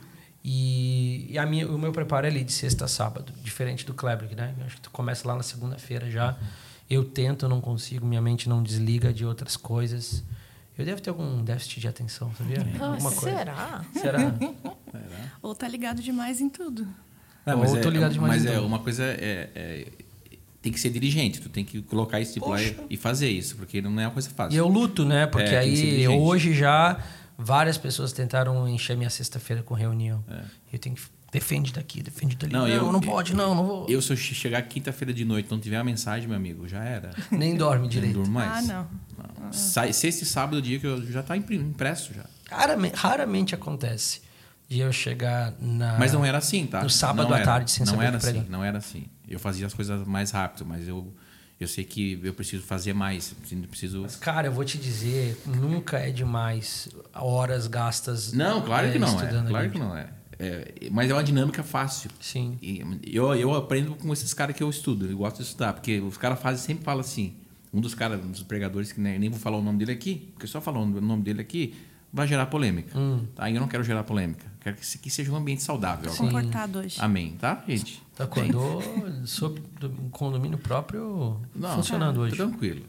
E o meu preparo é ali de sexta a sábado, diferente do Kleber, né? Eu acho que tu começa lá na segunda-feira já. Eu tento, não consigo, minha mente não desliga de outras coisas. Eu devo ter algum déficit de atenção, sabia? Alguma coisa. Será? Ou tá ligado demais em tudo. Ou tô ligado demais em tudo. Uma coisa tem que ser dirigente, tu tem que colocar esse tipo lá e fazer isso, porque não é uma coisa fácil. E eu luto, né? Porque aí hoje já várias pessoas tentaram encher minha sexta-feira com reunião. Eu tenho que defende daqui, defende dali. Não pode, não vou. Se eu chegar quinta-feira de noite e não tiver a mensagem, meu amigo, já era. Nem dorme direito. Nem durmo mais. Não. Sexta e sábado, dia que eu já tá impresso já. Raramente acontece de eu chegar Mas não era assim, tá? No sábado à tarde, sem saber o que pregar. Não era assim. Eu fazia as coisas mais rápido, mas eu sei que eu preciso fazer mais. Mas, cara, eu vou te dizer, nunca é demais horas gastas. Não, claro que não é. Claro que não é. Mas é uma dinâmica fácil. Sim. E eu aprendo com esses caras que eu estudo. Eu gosto de estudar, porque os caras sempre falam assim. Um dos pregadores, que nem vou falar o nome dele aqui, porque só falando o nome dele aqui vai gerar polêmica. Tá? E eu não quero gerar polêmica. Quero que isso aqui seja um ambiente saudável. Comportado hoje. Amém, tá, gente? Acordou sob condomínio próprio funcionando hoje. Tranquilo.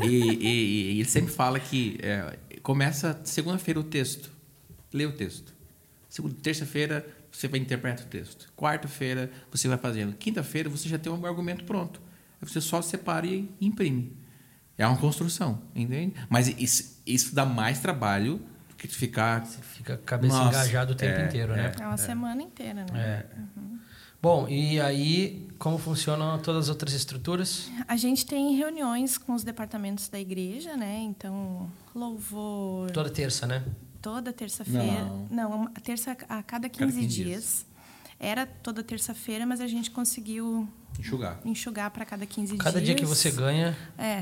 E ele sempre fala que começa segunda-feira o texto. Lê o texto. Terça-feira você vai interpretar o texto. Quarta-feira você vai fazendo. Quinta-feira você já tem um argumento pronto. Aí você só separa e imprime. É uma construção, entende? Mas isso dá mais trabalho do que ficar... Você fica a cabeça engajada o tempo inteiro, né? É uma semana inteira, né? Bom, e aí, como funcionam todas as outras estruturas? A gente tem reuniões com os departamentos da igreja, né? Então, louvor... Toda terça, né? Toda terça-feira. Não, a terça a cada 15 dias. Era toda terça-feira, mas a gente conseguiu... Enxugar para cada 15 dias. Cada dia que você ganha...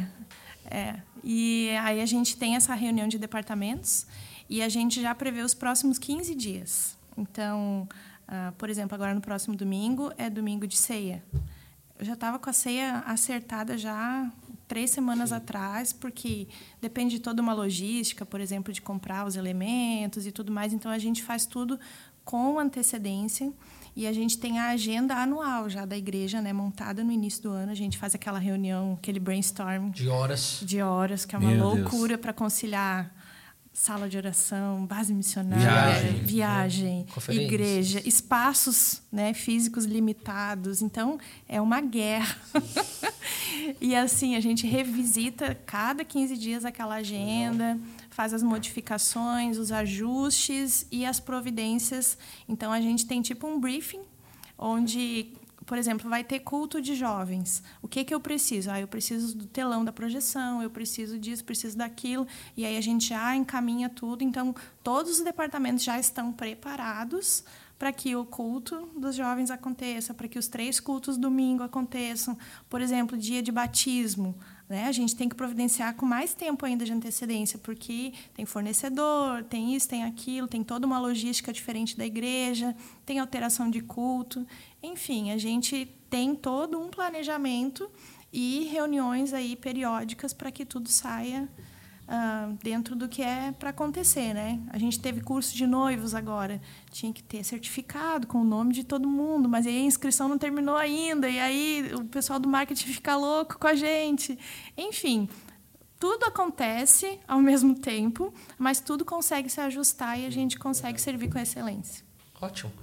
E aí a gente tem essa reunião de departamentos e a gente já prevê os próximos 15 dias. Então, por exemplo, agora no próximo domingo é domingo de ceia. Eu já estava com a ceia acertada já 3 semanas atrás, porque depende de toda uma logística, por exemplo, de comprar os elementos e tudo mais. Então, a gente faz tudo com antecedência. E a gente tem a agenda anual já da igreja, né, montada no início do ano. A gente faz aquela reunião, aquele brainstorm. De horas, que é uma loucura para conciliar sala de oração, base missionária, viagem, igreja, espaços, né, físicos limitados. Então, é uma guerra. E assim, a gente revisita cada 15 dias aquela agenda, faz as modificações, os ajustes e as providências. Então, a gente tem tipo um briefing, onde, por exemplo, vai ter culto de jovens. O que eu preciso? Eu preciso do telão da projeção, eu preciso disso, preciso daquilo. E aí a gente já encaminha tudo. Então, todos os departamentos já estão preparados para que o culto dos jovens aconteça, para que os 3 cultos domingo aconteçam. Por exemplo, dia de batismo. Né? A gente tem que providenciar com mais tempo ainda de antecedência, porque tem fornecedor, tem isso, tem aquilo, tem toda uma logística diferente da igreja, tem alteração de culto. Enfim, a gente tem todo um planejamento e reuniões aí periódicas para que tudo saia dentro do que é para acontecer, né? A gente teve curso de noivos agora, tinha que ter certificado com o nome de todo mundo, mas aí a inscrição não terminou ainda, e aí o pessoal do marketing fica louco com a gente. Enfim, tudo acontece ao mesmo tempo, mas tudo consegue se ajustar e a gente consegue servir com excelência. Ótimo.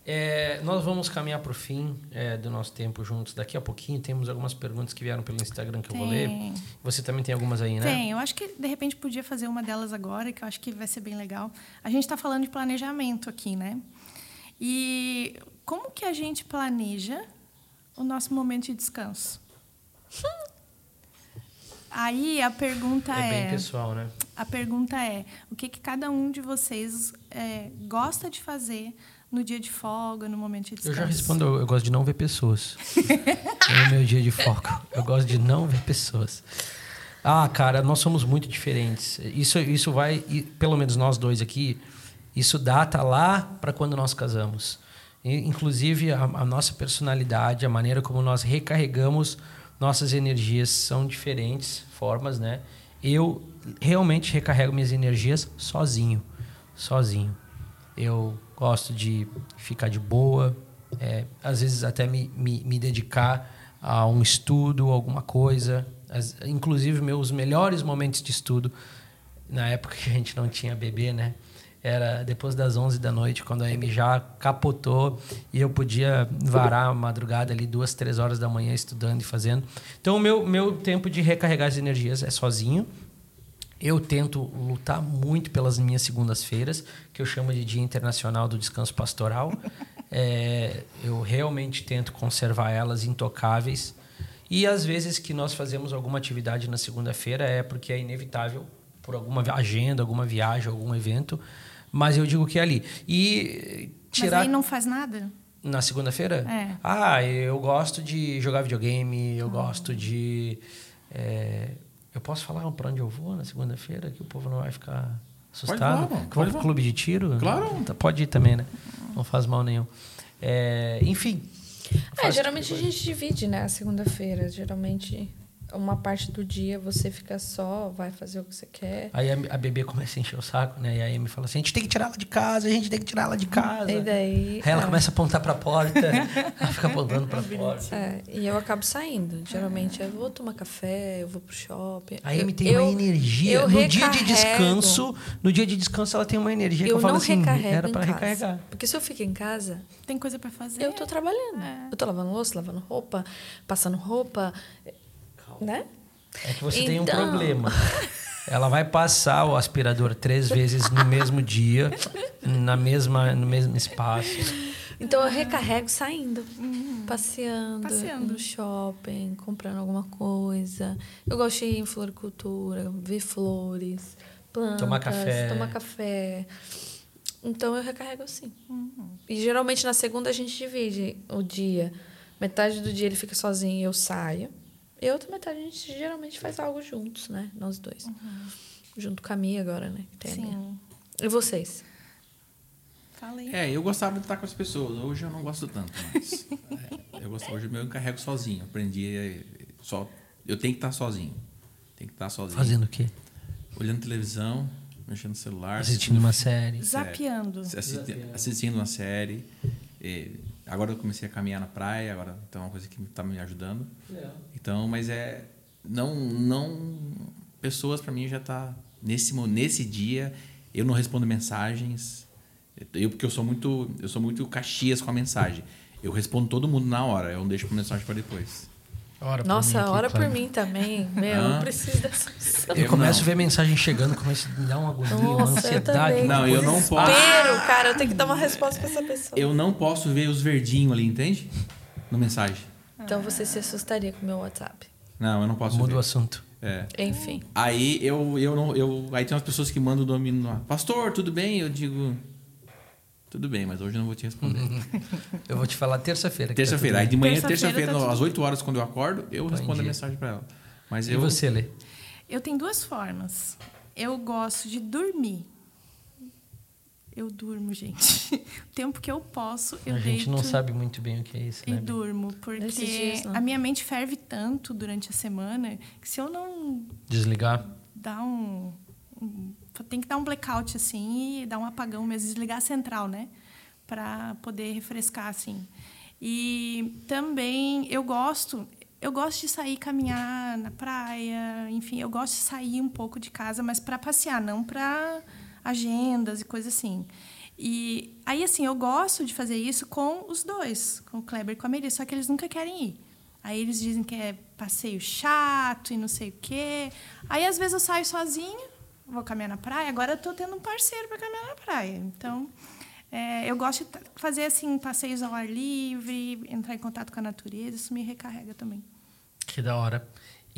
Nós vamos caminhar para o fim do nosso tempo juntos. Daqui a pouquinho temos algumas perguntas que vieram pelo Instagram que eu vou ler. Você também tem algumas aí, né? Tem. Eu acho que, de repente, podia fazer uma delas agora, que eu acho que vai ser bem legal. A gente está falando de planejamento aqui, né? E como que a gente planeja o nosso momento de descanso? Aí a pergunta é bem pessoal, né? A pergunta é: o que cada um de vocês gosta de fazer no dia de folga, no momento de descanso? Eu já respondo, eu gosto de não ver pessoas. É o meu dia de folga. Eu gosto de não ver pessoas. Cara, nós somos muito diferentes. Isso vai, pelo menos nós dois aqui, isso data lá para quando nós casamos. Inclusive, a nossa personalidade, a maneira como nós recarregamos nossas energias são diferentes formas, né? Eu realmente recarrego minhas energias sozinho. Eu gosto de ficar de boa, às vezes até me dedicar a um estudo, alguma coisa. Inclusive, meus melhores momentos de estudo, na época que a gente não tinha bebê, né? Era depois das 11 da noite, quando a Amy já capotou e eu podia varar a madrugada ali 2, 3 horas da manhã estudando e fazendo. Então, o meu tempo de recarregar as energias é sozinho. Eu tento lutar muito pelas minhas segundas-feiras, que eu chamo de Dia Internacional do Descanso Pastoral. Eu realmente tento conservar elas intocáveis. E às vezes que nós fazemos alguma atividade na segunda-feira é porque é inevitável, por alguma agenda, alguma viagem, algum evento. Mas eu digo que é ali. Mas aí não faz nada? Na segunda-feira? Eu gosto de jogar videogame, eu gosto de... Eu posso falar para onde eu vou na segunda-feira, que o povo não vai ficar assustado? Pode ir pro clube de tiro? Claro. Pode ir também, né? Não faz mal nenhum. Enfim. Geralmente a gente divide, né? A segunda-feira. Geralmente, uma parte do dia você fica só, vai fazer o que você quer. Aí a bebê começa a encher o saco, né? E a Amy fala assim, a gente tem que tirar ela de casa, E daí... Aí ela começa a apontar pra porta, ela fica apontando pra porta. E eu acabo saindo. Geralmente eu vou tomar café, eu vou pro shopping. A Amy tem uma energia. No dia de descanso, ela tem uma energia que eu falo assim, era pra recarregar. Porque se eu fico em casa... Tem coisa pra fazer. Eu tô trabalhando. Eu tô lavando louça, lavando roupa, passando roupa... Né? É que você tem um problema. Ela vai passar o aspirador 3 vezes no mesmo dia, no mesmo espaço. Então eu recarrego saindo, passeando no shopping, comprando alguma coisa. Eu gosto de ir em floricultura, ver flores, plantas, tomar café. Então eu recarrego assim. E geralmente na segunda a gente divide o dia. Metade do dia ele fica sozinho e eu saio. E a outra metade a gente geralmente faz algo juntos, né? Nós dois. Junto com a Mia agora, né? Que tem a Mia. E vocês? Falei. Eu gostava de estar com as pessoas. Hoje eu não gosto tanto, mas... hoje eu encarrego sozinho. Aprendi eu tenho que estar sozinho. Fazendo o quê? Olhando televisão, mexendo no celular. Assistindo uma série. Zapeando. Assistindo uma série. Agora eu comecei a caminhar na praia, então é uma coisa que está me ajudando. Então, mas não pessoas para mim já tá nesse dia eu não respondo mensagens. Porque eu sou muito Caxias com a mensagem. Eu respondo todo mundo na hora, eu não deixo a mensagem para depois. Ora por mim também. Eu preciso dessa opção. Eu começo a ver mensagem chegando, começo a me dar uma agonia, uma ansiedade. Eu não posso. Cara, eu tenho que dar uma resposta para essa pessoa. Eu não posso ver os verdinhos ali, entende? Na mensagem. Então você se assustaria com o meu WhatsApp. Não, eu não posso ver. Muda o assunto. Enfim. Aí aí tem umas pessoas que mandam o domínio lá. Pastor, tudo bem? Eu digo... Tudo bem, mas hoje eu não vou te responder. Eu vou te falar terça-feira. Terça-feira. Aí de manhã, terça-feira, às 8 horas, quando eu acordo, eu respondo a mensagem para ela. E você, Lê? Eu tenho 2 formas. Eu gosto de dormir. Eu durmo, gente. O tempo que eu posso, eu deito. A gente não sabe muito bem o que é isso, né? E durmo, porque dias, a minha mente ferve tanto durante a semana que se eu não... Desligar? Tem que dar um blackout, assim, e dar um apagão mesmo, desligar a central, né? Para poder refrescar, assim. E também eu gosto de sair caminhar na praia, enfim, eu gosto de sair um pouco de casa, mas para passear, não para agendas e coisas assim. E aí, assim, eu gosto de fazer isso com os dois, com o Kleber e com a Meri, só que eles nunca querem ir. Aí eles dizem que é passeio chato e não sei o quê. Aí, às vezes, eu saio sozinha, vou caminhar na praia. Agora eu estou tendo um parceiro para caminhar na praia. Então, eu gosto de fazer assim, passeios ao ar livre, entrar em contato com a natureza. Isso me recarrega também. Que da hora.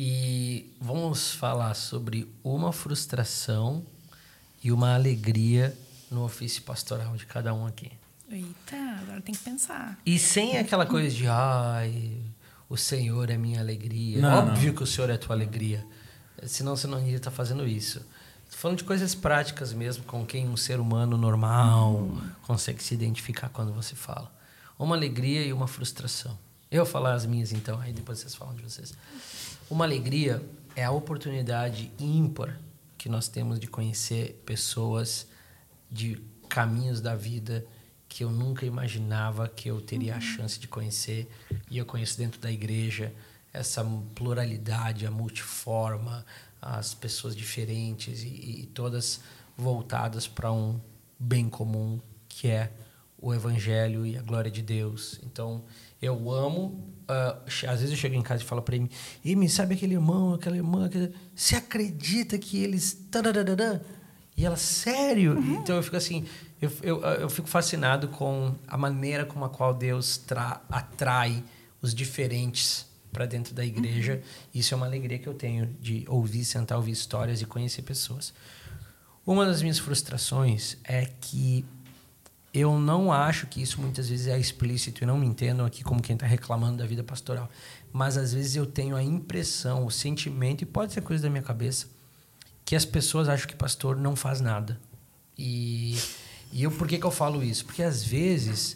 E vamos falar sobre uma frustração e uma alegria no ofício pastoral de cada um aqui. Eita, agora tem que pensar. E sem aquela coisa de, ai, o Senhor é minha alegria. Não, Óbvio não. que o Senhor é a tua alegria. Senão você não iria estar fazendo isso. Tô falando de coisas práticas mesmo, com quem um ser humano normal consegue se identificar quando você fala. Uma alegria e uma frustração. Eu vou falar as minhas então, aí depois vocês falam de vocês. Uma alegria é a oportunidade ímpar que nós temos de conhecer pessoas de caminhos da vida que eu nunca imaginava que eu teria a chance de conhecer. E eu conheço dentro da igreja essa pluralidade, a multiforma, as pessoas diferentes e todas voltadas para um bem comum, que é o Evangelho e a glória de Deus. Então, eu amo... às vezes eu chego em casa e falo para ele, Amy, sabe aquele irmão, aquela irmã, você acredita que eles... Tarararã? E ela, sério? Então eu fico assim, eu fico fascinado com a maneira como a qual Deus atrai os diferentes para dentro da igreja. Isso é uma alegria que eu tenho de sentar, ouvir histórias e conhecer pessoas. Uma das minhas frustrações é que eu não acho que isso muitas vezes é explícito, e não me entendam aqui como quem está reclamando da vida pastoral, mas às vezes eu tenho a impressão, o sentimento, e pode ser coisa da minha cabeça, que as pessoas acham que pastor não faz nada. E por que eu falo isso? Porque às vezes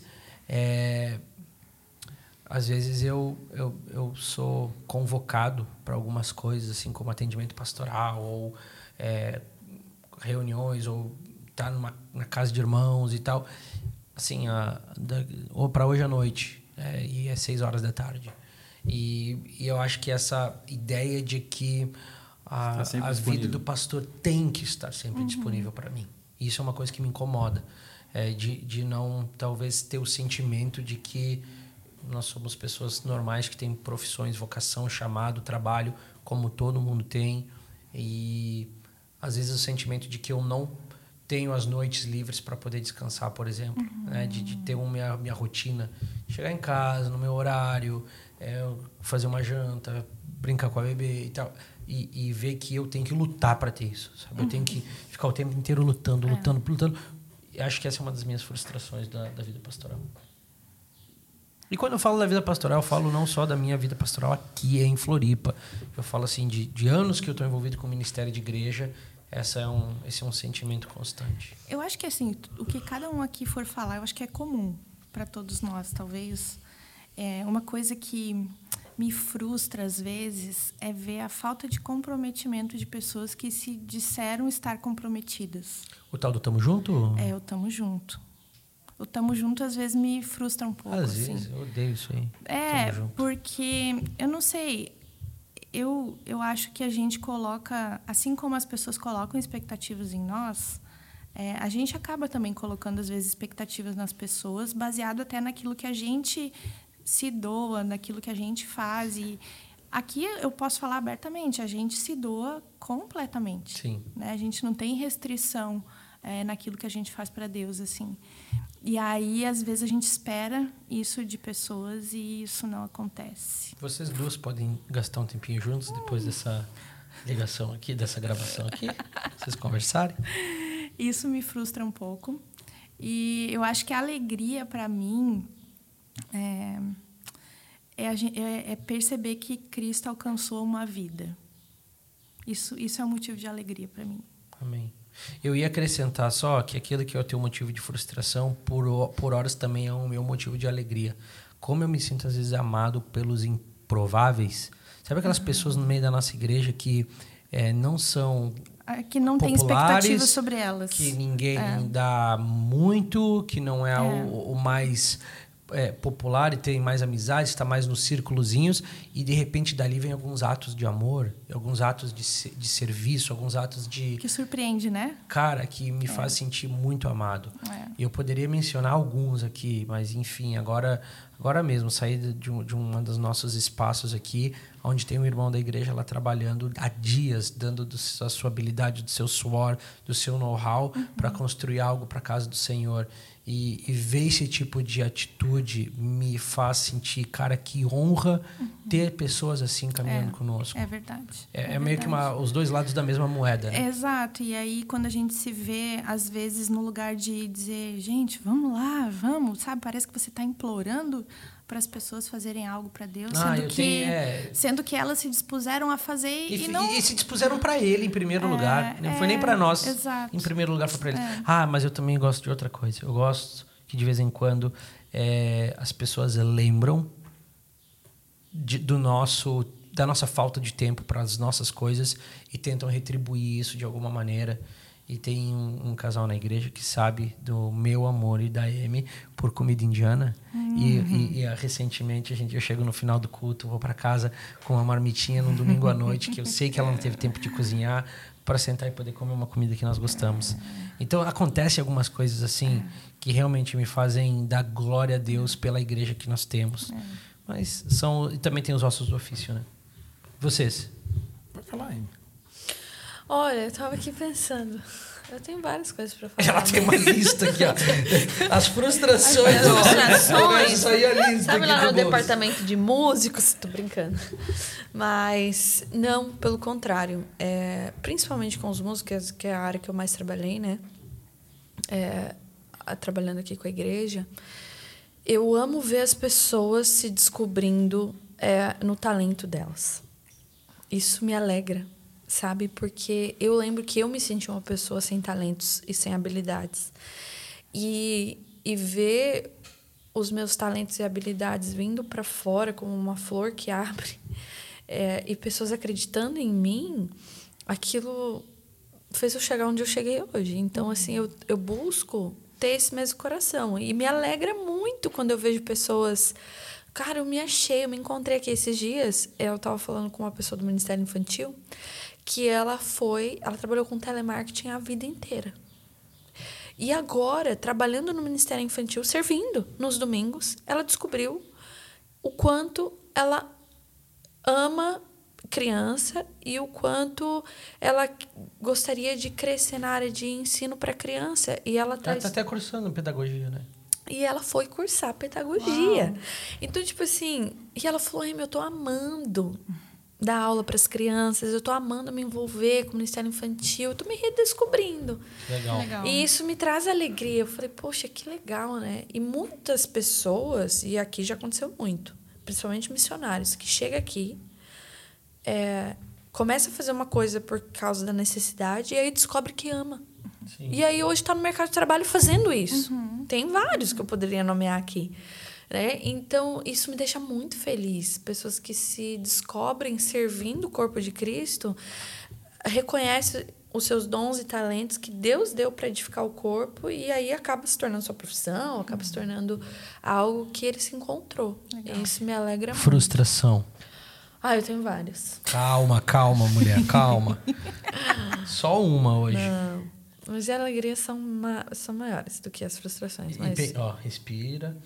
eu sou convocado para algumas coisas, assim como atendimento pastoral, ou reuniões, ou estar na casa de irmãos e tal, assim, ou para hoje à noite, e é 6 horas da tarde. E eu acho que essa ideia de que a vida do pastor tem que estar sempre disponível para mim. Isso é uma coisa que me incomoda, de não, talvez, ter o sentimento de que nós somos pessoas normais que têm profissões, vocação, chamado, trabalho, como todo mundo tem. E, às vezes, o sentimento de que eu não tenho as noites livres para poder descansar, por exemplo. Né? De ter minha rotina. Chegar em casa, no meu horário, fazer uma janta, brincar com a bebê e tal. E ver que eu tenho que lutar para ter isso. Sabe? Eu tenho que ficar o tempo inteiro lutando. E acho que essa é uma das minhas frustrações da vida pastoral. E quando eu falo da vida pastoral, eu falo não só da minha vida pastoral aqui em Floripa. Eu falo assim de anos que eu estou envolvido com o ministério de igreja. Esse é um sentimento constante. Eu acho que assim, o que cada um aqui for falar, eu acho que é comum para todos nós. Talvez uma coisa que me frustra às vezes é ver a falta de comprometimento de pessoas que se disseram estar comprometidas. O tal do tamo junto? O tamo junto. O tamo junto às vezes me frustra um pouco. Às vezes, eu odeio isso aí. Porque eu não sei, eu acho que a gente coloca, assim como as pessoas colocam expectativas em nós, a gente acaba também colocando às vezes expectativas nas pessoas, baseado até naquilo que a gente se doa, naquilo que a gente faz. E aqui eu posso falar abertamente, a gente se doa completamente. Sim. Né? A gente não tem restrição naquilo que a gente faz para Deus, assim. E aí, às vezes, a gente espera isso de pessoas e isso não acontece. Vocês duas podem gastar um tempinho juntos depois dessa ligação aqui, dessa gravação aqui? Vocês conversarem? Isso me frustra um pouco. E eu acho que a alegria, para mim, é perceber que Cristo alcançou uma vida. Isso é um motivo de alegria para mim. Amém. Eu ia acrescentar só que aquilo que é o teu motivo de frustração, por horas também é o meu motivo de alegria. Como eu me sinto, às vezes, amado pelos improváveis. Sabe aquelas pessoas no meio da nossa igreja que não são que não tem expectativas sobre elas. Que ninguém dá muito, que não é o mais popular e tem mais amizade, está mais nos círculozinhos, e de repente dali vem alguns atos de amor, alguns atos de serviço, alguns atos de... Que surpreende, né? Cara, que me faz sentir muito amado. E eu poderia mencionar alguns aqui, mas enfim, agora mesmo, saí de um dos nossos espaços aqui, onde tem um irmão da igreja lá trabalhando há dias, dando da sua habilidade, do seu suor, do seu know-how, para construir algo para a casa do Senhor. E ver esse tipo de atitude me faz sentir, cara, que honra ter pessoas assim caminhando conosco. É verdade. É meio que os dois lados da mesma moeda, né? Exato. E aí, quando a gente se vê, às vezes, no lugar de dizer, gente, vamos lá, vamos, sabe? Parece que você está implorando para as pessoas fazerem algo para Deus, sendo que elas se dispuseram a fazer e se dispuseram para Ele em primeiro lugar. Não foi nem para nós. Exato. Em primeiro lugar foi para Ele. Mas eu também gosto de outra coisa. Eu gosto que de vez em quando as pessoas lembram da nossa falta de tempo para as nossas coisas e tentam retribuir isso de alguma maneira. E tem um casal na igreja que sabe do meu amor e da Amy por comida indiana. E recentemente eu chego no final do culto, vou para casa com uma marmitinha num domingo à noite, que eu sei que ela não teve tempo de cozinhar, para sentar e poder comer uma comida que nós gostamos. Então acontecem algumas coisas assim que realmente me fazem dar glória a Deus pela igreja que nós temos. Mas e também tem os ossos do ofício, né? Vocês? Pode falar, Amy. Olha, eu tava aqui pensando. Eu tenho várias coisas pra falar. Ela tem uma lista aqui, ó. As frustrações. Isso aí a lista. Sabe lá no departamento de músicos? Tô brincando. Mas, não, pelo contrário. Principalmente com os músicos, que é a área que eu mais trabalhei, né? Trabalhando aqui com a igreja. Eu amo ver as pessoas se descobrindo no talento delas. Isso me alegra. Sabe? Porque eu lembro que eu me senti uma pessoa sem talentos e sem habilidades. E ver os meus talentos e habilidades vindo para fora como uma flor que abre e pessoas acreditando em mim, aquilo fez eu chegar onde eu cheguei hoje. Então, assim, eu busco ter esse mesmo coração. E me alegra muito quando eu vejo pessoas... Cara, eu me achei, eu me encontrei aqui esses dias. Eu estava falando com uma pessoa do Ministério Infantil que ela trabalhou com telemarketing a vida inteira. E agora, trabalhando no Ministério Infantil, servindo nos domingos, ela descobriu o quanto ela ama criança e o quanto ela gostaria de crescer na área de ensino para criança. E ela está até cursando pedagogia, né? E ela foi cursar pedagogia. Uau. Então, tipo assim... E ela falou, eu tô amando dar aula para as crianças, eu tô amando me envolver com o Ministério Infantil, eu tô me redescobrindo. Legal. E isso me traz alegria. Eu falei, poxa, que legal, né? E muitas pessoas, e aqui já aconteceu muito, principalmente missionários, que chegam aqui, começa a fazer uma coisa por causa da necessidade e aí descobre que ama. Sim. E aí hoje está no mercado de trabalho fazendo isso. Tem vários que eu poderia nomear aqui. Né? Então, isso me deixa muito feliz. Pessoas que se descobrem servindo o corpo de Cristo, reconhecem os seus dons e talentos que Deus deu para edificar o corpo e aí acaba se tornando sua profissão, acaba se tornando algo que ele se encontrou. Legal. E isso me alegra muito. Frustração. Eu tenho várias. Calma, mulher, calma. Só uma hoje. Não. Mas as alegrias são maiores do que as frustrações. Mas... Respira.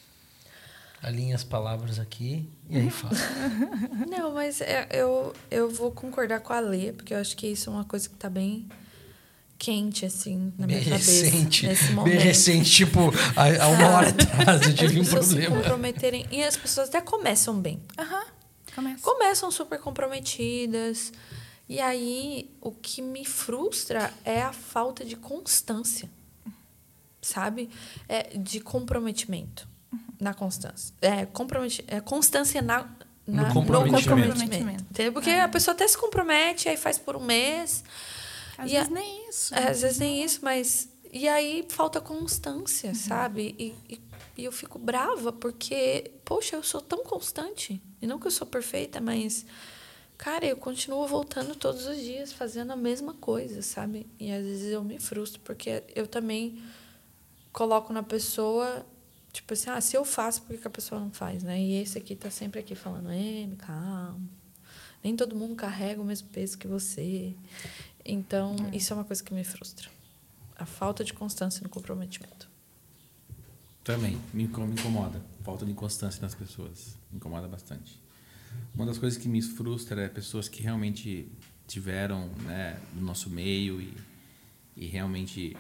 Alinha as palavras aqui e aí fala. Não, mas eu vou concordar com a Lê, porque eu acho que isso é uma coisa que está bem quente, assim, na minha cabeça. Nesse momento. Bem recente, tipo, há uma hora atrás eu tive um problema. Se comprometerem, e as pessoas até começam bem. Começam super comprometidas. E aí, o que me frustra é a falta de constância, sabe? De comprometimento na constância. Constância no comprometimento. Entendeu? Porque a pessoa até se compromete, aí faz por um mês. Às vezes nem isso. Às vezes nem isso, mas... E aí, falta constância, sabe? E eu fico brava, porque, poxa, eu sou tão constante. E não que eu sou perfeita, mas... Cara, eu continuo voltando todos os dias, fazendo a mesma coisa, sabe? E às vezes eu me frustro, porque eu também coloco na pessoa Tipo assim, se eu faço, por que a pessoa não faz, né? E esse aqui tá sempre aqui falando, calma. Nem todo mundo carrega o mesmo peso que você. Então, isso é uma coisa que me frustra. A falta de constância no comprometimento. Também, me incomoda. Falta de constância nas pessoas. Me incomoda bastante. Uma das coisas que me frustra é pessoas que realmente tiveram, né, no nosso meio e realmente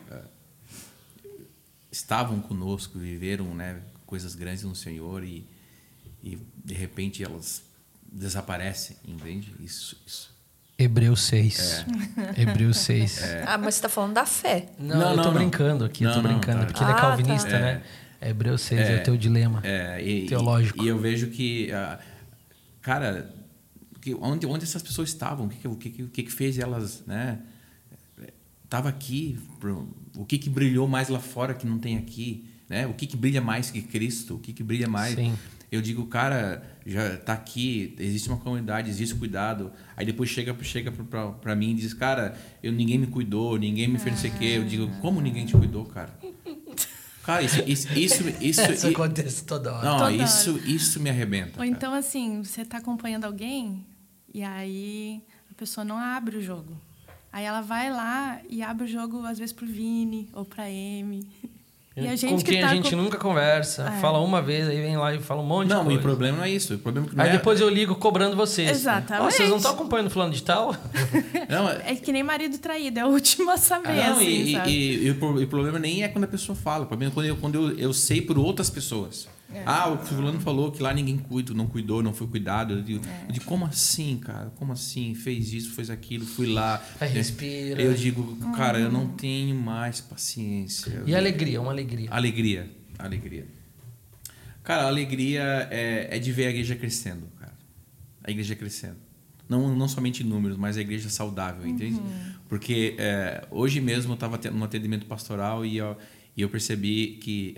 estavam conosco, viveram, né, coisas grandes no Senhor e de repente elas desaparecem, entende? Isso. Hebreus 6. Hebreus 6. Mas você está falando da fé. Não, eu tô brincando aqui, porque ele é calvinista, né? Hebreus 6 é o teu dilema teológico. E eu vejo que, cara, onde essas pessoas estavam? O que fez elas, né? Estava aqui, o que brilhou mais lá fora que não tem aqui, né? O que brilha mais que Cristo? O que brilha mais? Sim. Eu digo, cara, já está aqui, existe uma comunidade, existe cuidado. Aí depois chega para mim e diz, cara, ninguém me cuidou, ninguém me fez não sei o quê. Eu digo, como ninguém te cuidou, cara? Cara, isso acontece toda hora. Não, isso me arrebenta. Ou então, assim, você está acompanhando alguém e aí a pessoa não abre o jogo. Aí ela vai lá e abre o jogo, às vezes, pro Vini ou pra Amy. E a gente com quem a gente nunca conversa. Fala uma vez, aí vem lá e fala um monte de coisa. Não, o problema não é isso. O problema é que aí depois eu ligo cobrando vocês. Exatamente. Vocês não estão acompanhando fulano de tal? Não, é que nem marido traído, é o último a saber. Não, assim, e o problema nem é quando a pessoa fala. O problema é quando eu sei por outras pessoas. O fulano falou que lá ninguém não cuidou, não foi cuidado. Eu digo, como assim, cara? Como assim? Fez isso, fez aquilo, fui lá. Respira. Eu digo, cara, eu não tenho mais paciência. E alegria, uma alegria. Alegria. Cara, a alegria é de ver a igreja crescendo, cara. A igreja crescendo. Não somente em números, mas a igreja saudável, entende? Porque hoje mesmo eu estava tendo um atendimento pastoral e eu percebi que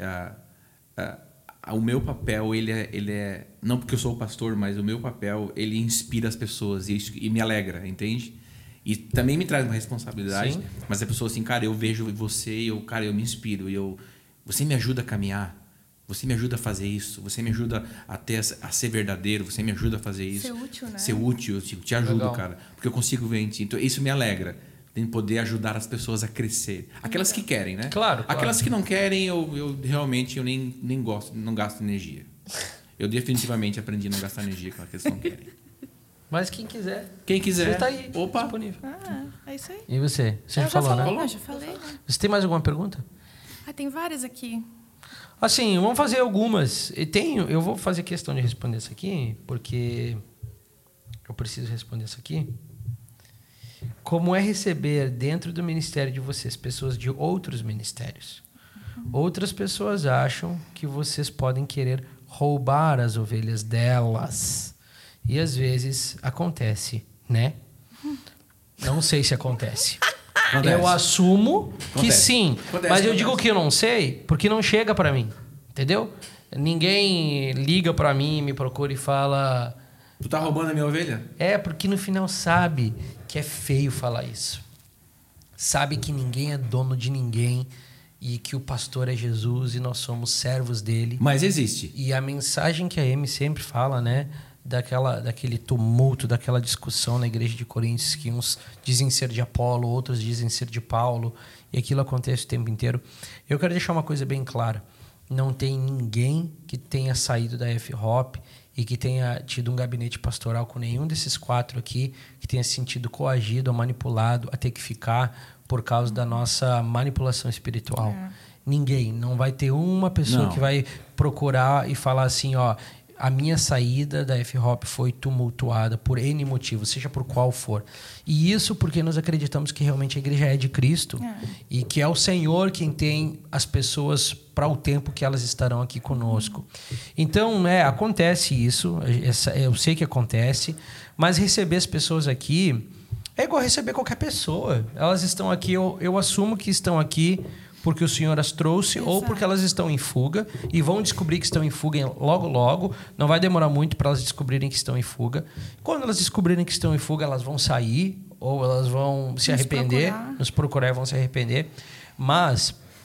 o meu papel, ele é... Não porque eu sou o pastor, mas o meu papel, ele inspira as pessoas e me alegra, entende? E também me traz uma responsabilidade. Sim. Mas a pessoa assim, cara, eu vejo você e eu me inspiro. Você me ajuda a caminhar. Você me ajuda a fazer isso. Você me ajuda a ser verdadeiro. Você me ajuda a fazer isso. Ser útil, né? Ser útil. Eu te ajudo, legal, cara. Porque eu consigo ver em ti. Então, isso me alegra. Tem poder ajudar as pessoas a crescer. Aquelas que querem, né? Claro. Aquelas que não querem, eu realmente nem gosto, não gasto energia. Eu definitivamente aprendi a não gastar energia com aqueles que não querem. Mas quem quiser. Você está aí. Opa. Disponível. É isso aí. E você? Você já falou, né? Eu já falei. Né? Você tem mais alguma pergunta? Tem várias aqui. Assim, vamos fazer algumas. Eu vou fazer questão de responder essa aqui, porque eu preciso responder essa aqui. Como é receber dentro do ministério de vocês pessoas de outros ministérios? Outras pessoas acham que vocês podem querer roubar as ovelhas delas. E às vezes acontece, né? Não sei se acontece. Eu assumo que sim. Mas eu digo que eu não sei porque não chega para mim. Entendeu? Ninguém liga para mim, me procura e fala... Tu tá roubando a minha ovelha? Porque no final sabe que é feio falar isso. Sabe que ninguém é dono de ninguém e que o pastor é Jesus e nós somos servos dele. Mas existe. E a mensagem que a Amy sempre fala, né? Daquele tumulto, daquela discussão na igreja de Coríntios, que uns dizem ser de Apolo, outros dizem ser de Paulo, e aquilo acontece o tempo inteiro. Eu quero deixar uma coisa bem clara. Não tem ninguém que tenha saído da F-Hop e que tenha tido um gabinete pastoral com nenhum desses 4 aqui, que tenha se sentido coagido ou manipulado a ter que ficar por causa da nossa manipulação espiritual. Ninguém. Não vai ter uma pessoa que vai procurar e falar assim, a minha saída da F-Hop foi tumultuada por N motivos, seja por qual for. E isso porque nós acreditamos que realmente a igreja é de Cristo e que é o Senhor quem tem as pessoas para o tempo que elas estarão aqui conosco. Então, acontece isso, eu sei que acontece, mas receber as pessoas aqui é igual receber qualquer pessoa. Elas estão aqui, eu assumo que estão aqui porque o Senhor as trouxe. Exato. Ou porque elas estão em fuga e vão descobrir que estão em fuga logo, logo. Não vai demorar muito para elas descobrirem que estão em fuga. Quando elas descobrirem que estão em fuga, elas vão sair ou elas vão se arrepender, nos procurar e vão se arrepender. Mas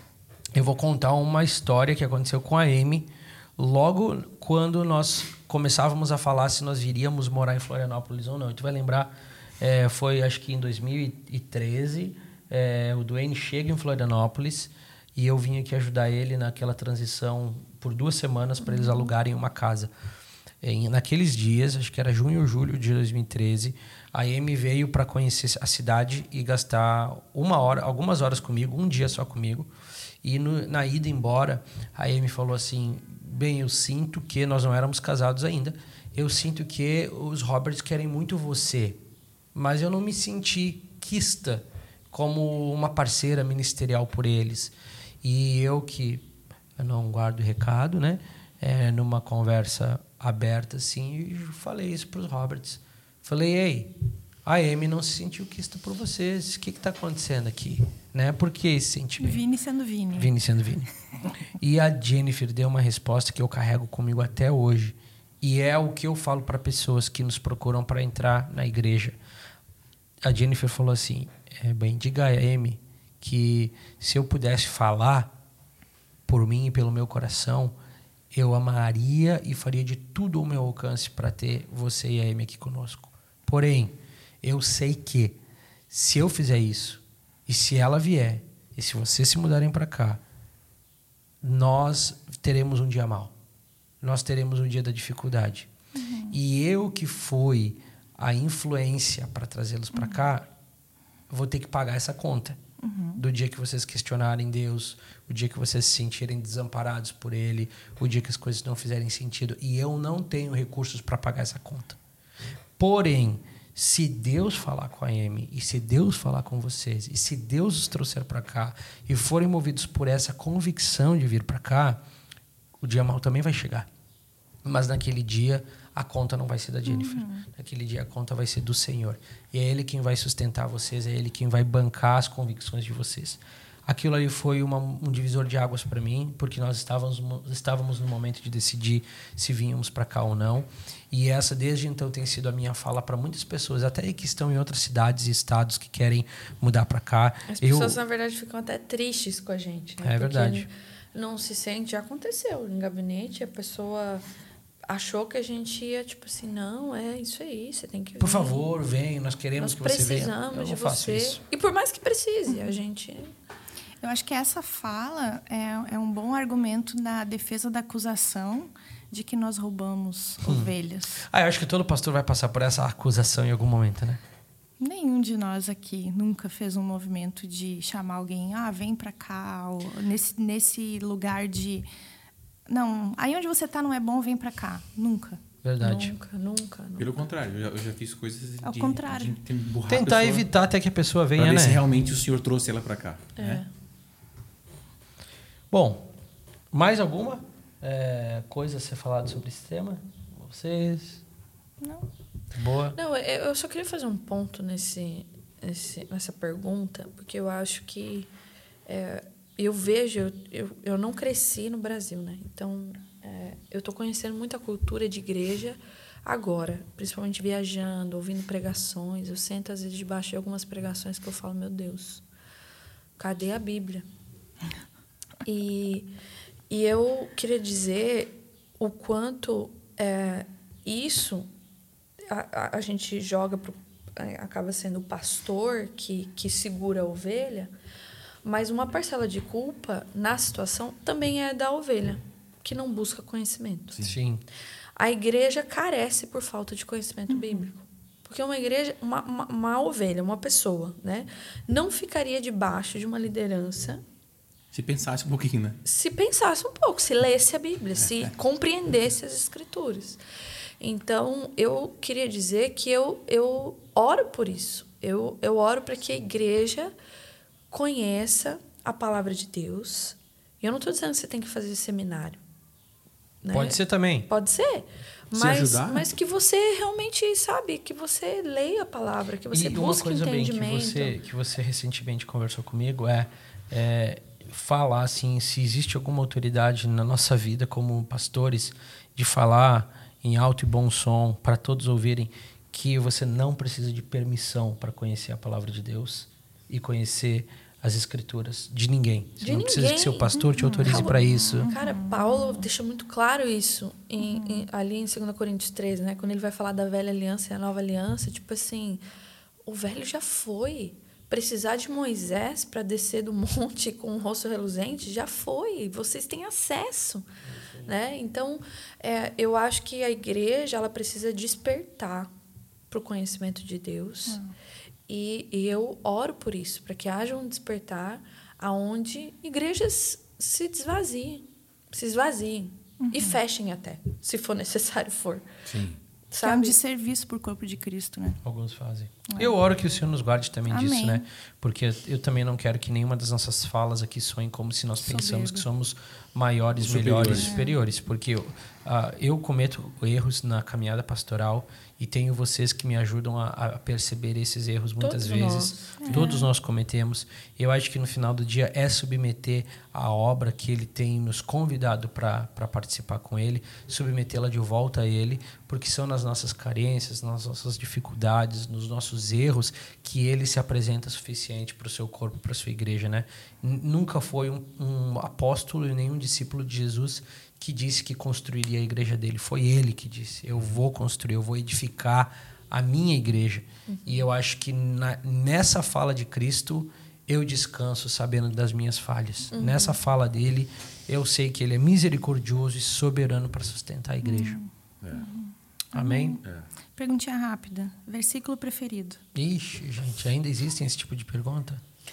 eu vou contar uma história que aconteceu com a Amy logo quando nós começávamos a falar se nós viríamos morar em Florianópolis ou não. Tu vai lembrar, foi acho que em 2013, o Duane chega em Florianópolis e eu vim aqui ajudar ele naquela transição por 2 semanas para eles alugarem uma casa. Naqueles dias, acho que era junho ou julho de 2013, a Amy veio para conhecer a cidade e gastar algumas horas comigo, um dia só comigo. E na ida embora, a Amy falou assim, bem, eu sinto que nós não éramos casados ainda, eu sinto que os Roberts querem muito você, mas eu não me senti quista como uma parceira ministerial por eles. E eu não guardo recado, né? Numa conversa aberta, assim, e falei isso para os Roberts. Falei, ei, a Amy não se sentiu quista por vocês. O que está acontecendo aqui? Né? Por que esse sentimento? Vini sendo Vini. Vini sendo Vini. E a Jennifer deu uma resposta que eu carrego comigo até hoje. E é o que eu falo para pessoas que nos procuram para entrar na igreja. A Jennifer falou assim, bem, diga a Amy que se eu pudesse falar por mim e pelo meu coração, eu amaria e faria de tudo ao meu alcance para ter você e a Amy aqui conosco. Porém, eu sei que se eu fizer isso, e se ela vier, e se vocês se mudarem para cá, nós teremos um dia mau. Nós teremos um dia da dificuldade. Uhum. E eu que fui a influência para trazê-los para cá, vou ter que pagar essa conta. Uhum. Do dia que vocês questionarem Deus, o dia que vocês se sentirem desamparados por Ele, o dia que as coisas não fizerem sentido. E eu não tenho recursos para pagar essa conta. Porém, se Deus falar com a Amy, e se Deus falar com vocês, e se Deus os trouxer para cá, e forem movidos por essa convicção de vir para cá, o dia mau também vai chegar. Mas naquele dia, a conta não vai ser da Jennifer. Uhum. Naquele dia, a conta vai ser do Senhor. E é Ele quem vai sustentar vocês, é Ele quem vai bancar as convicções de vocês. Aquilo ali foi um divisor de águas para mim, porque nós estávamos no momento de decidir se vínhamos para cá ou não. E essa, desde então, tem sido a minha fala para muitas pessoas, até que estão em outras cidades e estados que querem mudar para cá. As pessoas, na verdade, ficam até tristes com a gente. Né? É verdade. Não se sente... Já aconteceu em gabinete, a pessoa achou que a gente ia, tipo assim, não, é isso aí, você tem que vir. Por favor, vem, nós queremos que você venha. Nós precisamos de você. E por mais que precise, a gente... Eu acho que essa fala é um bom argumento na defesa da acusação de que nós roubamos ovelhas. Eu acho que todo pastor vai passar por essa acusação em algum momento, né? Nenhum de nós aqui nunca fez um movimento de chamar alguém, vem para cá, ou nesse lugar de... Não, aí onde você está não é bom, vem para cá. Nunca. Verdade. Nunca. Pelo contrário, eu já fiz coisas ao contrário. de tentar evitar até que a pessoa venha, pra ver né? se realmente o Senhor trouxe ela para cá. Né? Bom, mais alguma coisa a ser falada sobre esse tema? Vocês? Não. Boa. Não, eu só queria fazer um ponto nessa pergunta, porque eu acho que eu vejo, eu não cresci no Brasil, né? Então, eu estou conhecendo muita cultura de igreja agora, principalmente viajando, ouvindo pregações. Eu sento, às vezes, debaixo de algumas pregações que eu falo, meu Deus, cadê a Bíblia? E eu queria dizer o quanto isso a gente joga acaba sendo o pastor que segura a ovelha, mas uma parcela de culpa na situação também é da ovelha, que não busca conhecimento. Sim. A igreja carece por falta de conhecimento bíblico. Porque uma igreja, uma ovelha, uma pessoa, né, não ficaria debaixo de uma liderança... Se pensasse um pouquinho, né? Se pensasse um pouco, se lesse a Bíblia, se compreendesse as Escrituras. Então, eu queria dizer que eu oro por isso. Eu oro para que a igreja conheça a palavra de Deus. E eu não estou dizendo que você tem que fazer seminário. Né? Pode ser também. Pode ser. Mas que você realmente, sabe, que você leia a palavra, que você busque entendimento. E uma coisa bem que você recentemente conversou comigo falar assim, se existe alguma autoridade na nossa vida como pastores de falar em alto e bom som para todos ouvirem que você não precisa de permissão para conhecer a palavra de Deus e conhecer as escrituras de ninguém. Você De não precisa que ninguém. seu pastor te autorize Calma. para isso. Cara, Paulo deixa muito claro isso ali em 2 Coríntios 13, né? Quando ele vai falar da velha aliança e a nova aliança, tipo assim, o velho já foi. Precisar de Moisés para descer do monte com o rosto reluzente, já foi. Vocês têm acesso. Né? Então, eu acho que a igreja ela precisa despertar para o conhecimento de Deus. E eu oro por isso, para que haja um despertar aonde igrejas se esvaziem e fechem até, se for necessário for. Sim. Que é um desserviço por corpo de Cristo, né? Alguns fazem. Eu oro que o Senhor nos guarde também Amém. disso, né? Porque eu também não quero que nenhuma das nossas falas aqui soem como se nós pensamos que somos maiores, melhores, superiores. Porque eu cometo erros na caminhada pastoral e tenho vocês que me ajudam a perceber esses erros muitas vezes. Todos nós cometemos. Eu acho que no final do dia é submeter a obra que ele tem nos convidado para participar com ele, submetê-la de volta a ele, porque são nas nossas carências, nas nossas dificuldades, nos nossos erros que ele se apresenta suficiente para o seu corpo, para a sua igreja, né? Nunca foi um apóstolo e nenhum discípulo de Jesus que disse que construiria a igreja dele. Foi ele que disse: eu vou construir, eu vou edificar a minha igreja. E eu acho que nessa fala de Cristo eu descanso sabendo das minhas falhas. Nessa fala dele eu sei que ele é misericordioso e soberano para sustentar a igreja. Amém? Perguntinha rápida. Versículo preferido? Ixi, gente, ainda existem esse tipo de pergunta?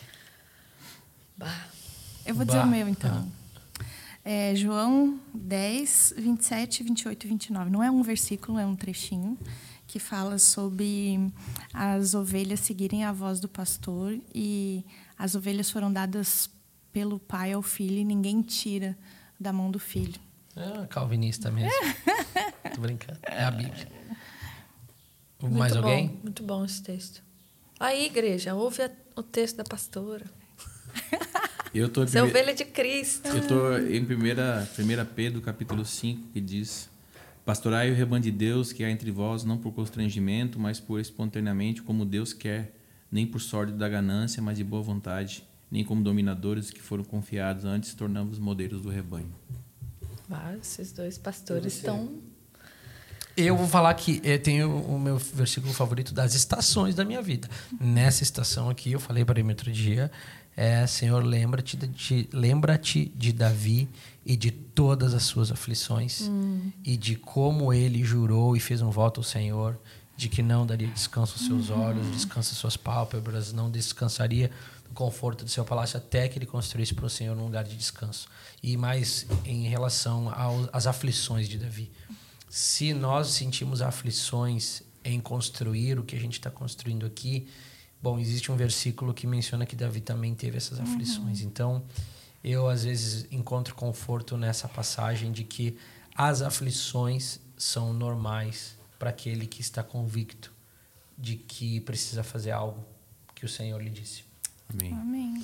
Eu vou dizer o meu, então. João 10, 27, 28 e 29. Não é um versículo, é um trechinho que fala sobre as ovelhas seguirem a voz do pastor e as ovelhas foram dadas pelo pai ao filho e ninguém tira da mão do filho. Calvinista mesmo. Tô brincando. É a Bíblia. Muito Mais bom, alguém? muito bom esse texto. Aí, igreja, ouve o texto da pastora. Você é ovelha de Cristo. Eu estou em 1 Pedro, capítulo 5, que diz: pastorai o rebanho de Deus que há entre vós, não por constrangimento, mas por espontaneamente, como Deus quer, nem por sorte da ganância, mas de boa vontade, nem como dominadores que foram confiados, antes tornamos modelos do rebanho. Esses dois pastores estão... Eu vou falar que tenho o meu versículo favorito das estações da minha vida. Nessa estação aqui, eu falei para ele outro dia, Senhor, lembra-te de Davi e de todas as suas aflições e de como ele jurou e fez um voto ao Senhor de que não daria descanso aos seus olhos, descanso às suas pálpebras, não descansaria no conforto do seu palácio até que ele construísse para o Senhor um lugar de descanso. E mais em relação às aflições de Davi. Se nós sentimos aflições em construir o que a gente está construindo aqui, bom, existe um versículo que menciona que Davi também teve essas aflições. Então, eu às vezes encontro conforto nessa passagem de que as aflições são normais para aquele que está convicto de que precisa fazer algo que o Senhor lhe disse. Amém.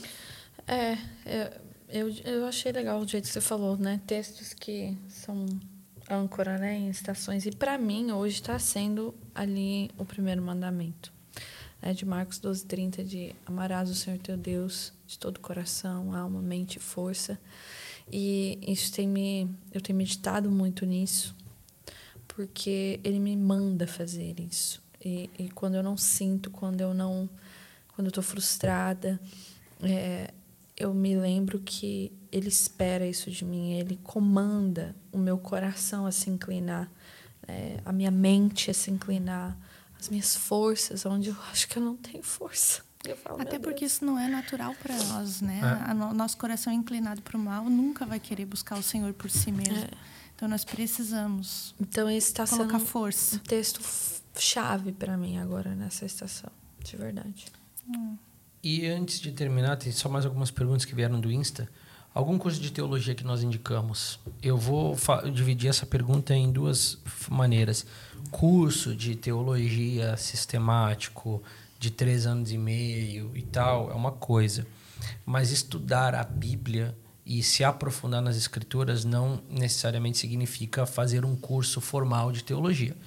Eu achei legal o jeito que você falou, né? Textos que são âncora, né, em estações. E para mim, hoje está sendo ali o primeiro mandamento. De Marcos 12:30, de amarás o Senhor teu Deus de todo o coração, alma, mente e força. E isso eu tenho meditado muito nisso, porque ele me manda fazer isso. E quando eu não sinto, quando eu estou frustrada, eu me lembro que ele espera isso de mim, ele comanda o meu coração a se inclinar, a minha mente a se inclinar, as minhas forças, onde eu acho que eu não tenho força. Eu falo, até porque isso não é natural para nós, né? Nosso coração inclinado para o mal nunca vai querer buscar o Senhor por si mesmo. Então nós precisamos esse está colocar sendo força. Um texto chave para mim agora nessa estação, de verdade. E antes de terminar, tem só mais algumas perguntas que vieram do Insta. Algum curso de teologia que nós indicamos? Eu vou dividir essa pergunta em duas maneiras. Curso de teologia sistemático de 3 anos e meio e tal é uma coisa. Mas estudar a Bíblia e se aprofundar nas Escrituras não necessariamente significa fazer um curso formal de teologia.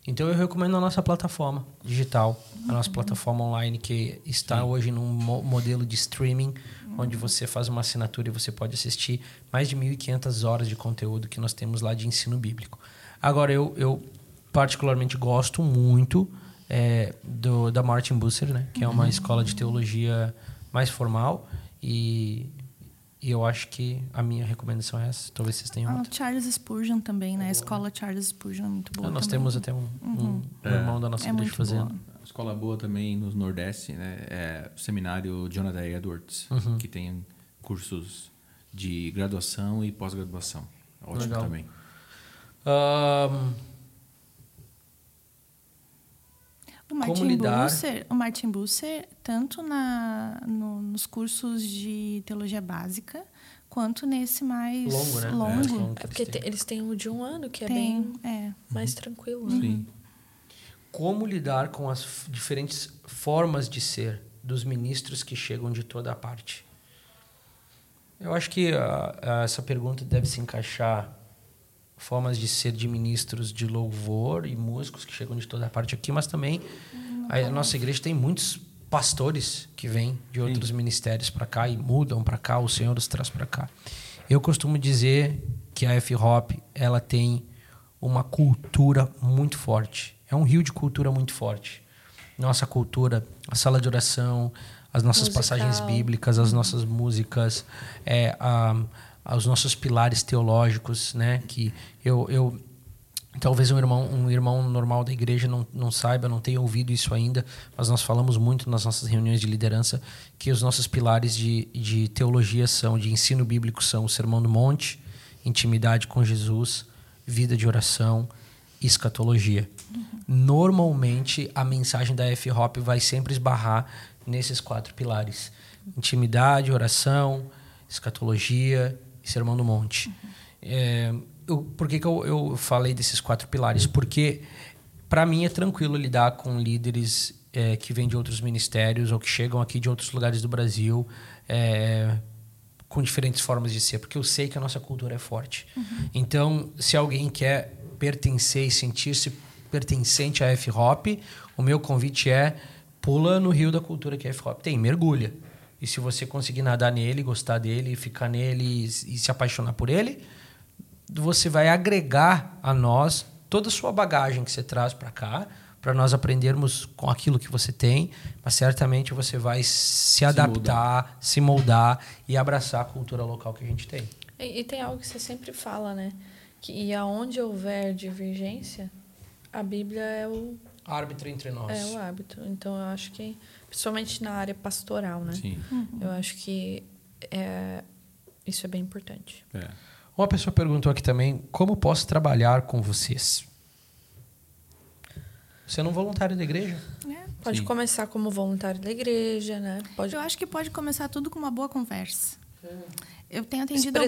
Então eu recomendo a nossa plataforma digital, a nossa plataforma online, que está hoje num modelo de streaming, onde você faz uma assinatura e você pode assistir mais de 1.500 horas de conteúdo que nós temos lá de ensino bíblico. Agora, eu particularmente gosto muito da Martin Bucer, né? Que é uma escola de teologia mais formal, e eu acho que a minha recomendação é essa. Talvez vocês tenham outra. Charles Spurgeon também, né? A escola Charles Spurgeon é muito boa. Nós também. temos até um irmão da nossa igreja fazendo. A escola boa também no Nordeste, né? É o seminário Jonathan Edwards, que tem cursos de graduação e pós-graduação. Ótimo. Legal. Também. O Martin Bucer, tanto nos cursos de teologia básica, quanto nesse mais longo, né? Longo. É porque eles têm o de um ano, que é bem mais tranquilo. Né? Sim. Como lidar com as diferentes formas de ser dos ministros que chegam de toda a parte? Eu acho que essa pergunta deve se encaixar formas de ser de ministros de louvor e músicos que chegam de toda a parte aqui, mas também a nossa igreja tem muitos pastores que vêm de outros ministérios para cá e mudam para cá, o Senhor os traz para cá. Eu costumo dizer que a F-Hop, ela tem uma cultura muito forte. É um rio de cultura muito forte. Nossa cultura, a sala de oração, as nossas passagens bíblicas, as nossas músicas, os nossos pilares teológicos, né? Que eu talvez um irmão normal da igreja não saiba, não tenha ouvido isso ainda, mas nós falamos muito nas nossas reuniões de liderança que os nossos pilares de teologia de ensino bíblico são o Sermão do Monte, intimidade com Jesus, vida de oração, escatologia. Normalmente, a mensagem da F-Hop vai sempre esbarrar nesses 4 pilares: intimidade, oração, escatologia e Sermão do Monte. Por que eu falei desses 4 pilares? Porque, para mim, é tranquilo lidar com líderes que vêm de outros ministérios ou que chegam aqui de outros lugares do Brasil com diferentes formas de ser, porque eu sei que a nossa cultura é forte. Então, se alguém quer pertencer e sentir-se pertencente à F-Hop, o meu convite é: pula no rio da cultura que a F-Hop tem, mergulha. E se você conseguir nadar nele, gostar dele, ficar nele e se apaixonar por ele, você vai agregar a nós toda a sua bagagem que você traz para cá, para nós aprendermos com aquilo que você tem, mas certamente você vai se adaptar, se moldar e abraçar a cultura local que a gente tem. E tem algo que você sempre fala, né? Que aonde houver divergência, a Bíblia é o árbitro entre nós. É o árbitro. Então, eu acho que, principalmente na área pastoral, né? Sim. Eu acho que isso é bem importante. Uma pessoa perguntou aqui também: como posso trabalhar com vocês? Você é um voluntário da igreja? Pode começar como voluntário da igreja, né? Eu acho que pode começar tudo com uma boa conversa. Eu tenho atendido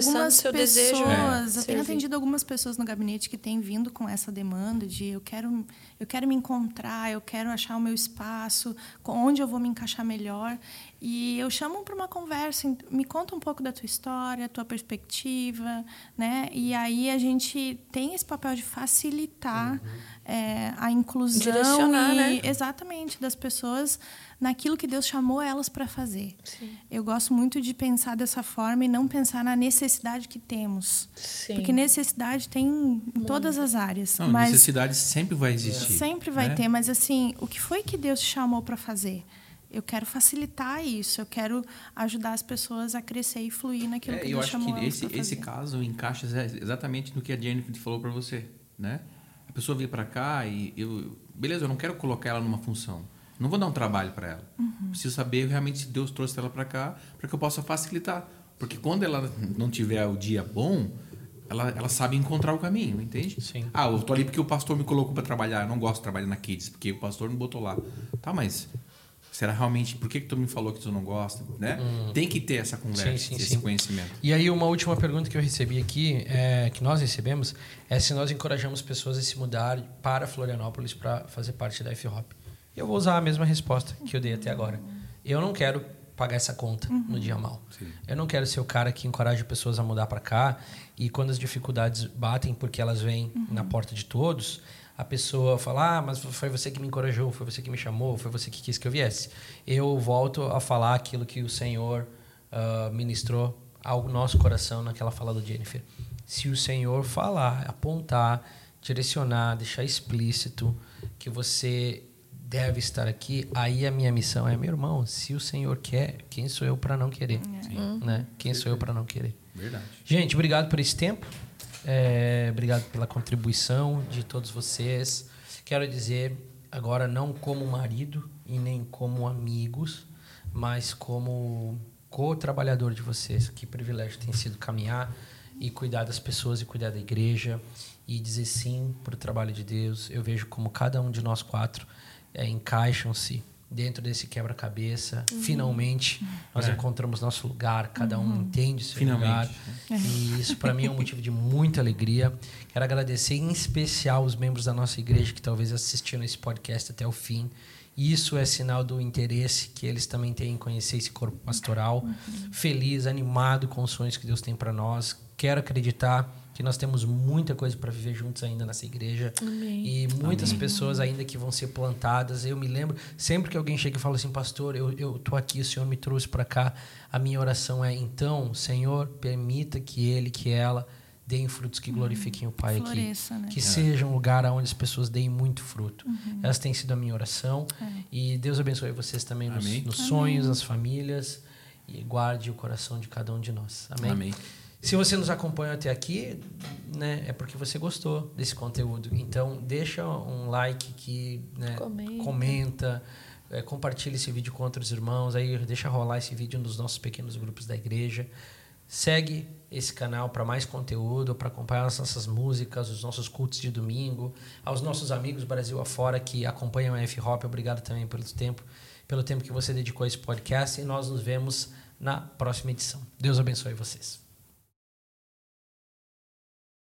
algumas pessoas no gabinete que têm vindo com essa demanda de eu quero me encontrar, eu quero achar o meu espaço, onde eu vou me encaixar melhor. E eu chamo para uma conversa, me conta um pouco da tua história, tua perspectiva, né? E aí a gente tem esse papel de facilitar a inclusão direcionar, né? Exatamente, das pessoas naquilo que Deus chamou elas para fazer. Sim. Eu gosto muito de pensar dessa forma e não pensar na necessidade que temos. Sim. Porque necessidade tem em todas as áreas. Não, mas necessidade sempre vai existir. Sempre vai ter, mas assim, o que foi que Deus te chamou para fazer? Eu quero facilitar isso, eu quero ajudar as pessoas a crescer e fluir naquilo que Deus chamou elas para fazer. Eu acho que esse caso encaixa exatamente no que a Jennifer falou para você, né? A pessoa veio para cá e beleza, eu não quero colocar ela numa função. Não vou dar um trabalho para ela. Preciso saber realmente se Deus trouxe ela para cá para que eu possa facilitar. Porque quando ela não tiver o dia bom, ela sabe encontrar o caminho, entende? Sim. Eu tô ali porque o pastor me colocou para trabalhar. Eu não gosto de trabalhar na Kids, porque o pastor me botou lá. Tá, mas será realmente... Por que tu me falou que tu não gosta? Né? Tem que ter essa conversa, esse conhecimento. E aí, uma última pergunta que eu recebi aqui, que nós recebemos, é se nós encorajamos pessoas a se mudar para Florianópolis para fazer parte da F-Hop. Eu vou usar a mesma resposta que eu dei até agora. Eu não quero pagar essa conta no dia mal. Sim. Eu não quero ser o cara que encoraja pessoas a mudar para cá e quando as dificuldades batem porque elas vêm na porta de todos, a pessoa fala, mas foi você que me encorajou, foi você que me chamou, foi você que quis que eu viesse. Eu volto a falar aquilo que o Senhor ministrou ao nosso coração naquela fala da Jennifer. Se o Senhor falar, apontar, direcionar, deixar explícito que você deve estar aqui, aí a minha missão é, meu irmão, se o Senhor quer, quem sou eu para não querer? Né? Quem sou eu para não querer? Verdade. Gente, obrigado por esse tempo. Obrigado pela contribuição de todos vocês. Quero dizer, agora não como marido e nem como amigos, mas como co-trabalhador de vocês. Que privilégio tem sido caminhar e cuidar das pessoas e cuidar da igreja e dizer sim para o trabalho de Deus. Eu vejo como cada um de nós 4 encaixam-se dentro desse quebra-cabeça. Finalmente, nós encontramos nosso lugar. Cada um entende o seu lugar. E isso, para mim, é um motivo de muita alegria. Quero agradecer, em especial, os membros da nossa igreja que talvez assistiram esse podcast até o fim. Isso é sinal do interesse que eles também têm em conhecer esse corpo pastoral. Feliz, animado com os sonhos que Deus tem para nós. Quero acreditar que nós temos muita coisa para viver juntos ainda nessa igreja. Amém. E muitas pessoas ainda que vão ser plantadas. Eu me lembro, sempre que alguém chega e fala assim, pastor, eu tô aqui, o Senhor me trouxe para cá. A minha oração é, então, Senhor, permita que ele, que ela deem frutos que glorifiquem o Pai Floresça, aqui. né? Que seja um lugar onde as pessoas deem muito fruto. Essa tem sido a minha oração. E Deus abençoe vocês também nos sonhos, nas famílias. E guarde o coração de cada um de nós. Amém? Amém. Se você nos acompanha até aqui, né, é porque você gostou desse conteúdo. Então, deixa um like aqui, né, comenta, compartilha esse vídeo com outros irmãos, aí deixa rolar esse vídeo nos nossos pequenos grupos da igreja. Segue esse canal para mais conteúdo, para acompanhar as nossas músicas, os nossos cultos de domingo. Aos nossos amigos Brasil afora que acompanham a F-Hop, obrigado também pelo tempo que você dedicou a esse podcast. E nós nos vemos na próxima edição. Deus abençoe vocês.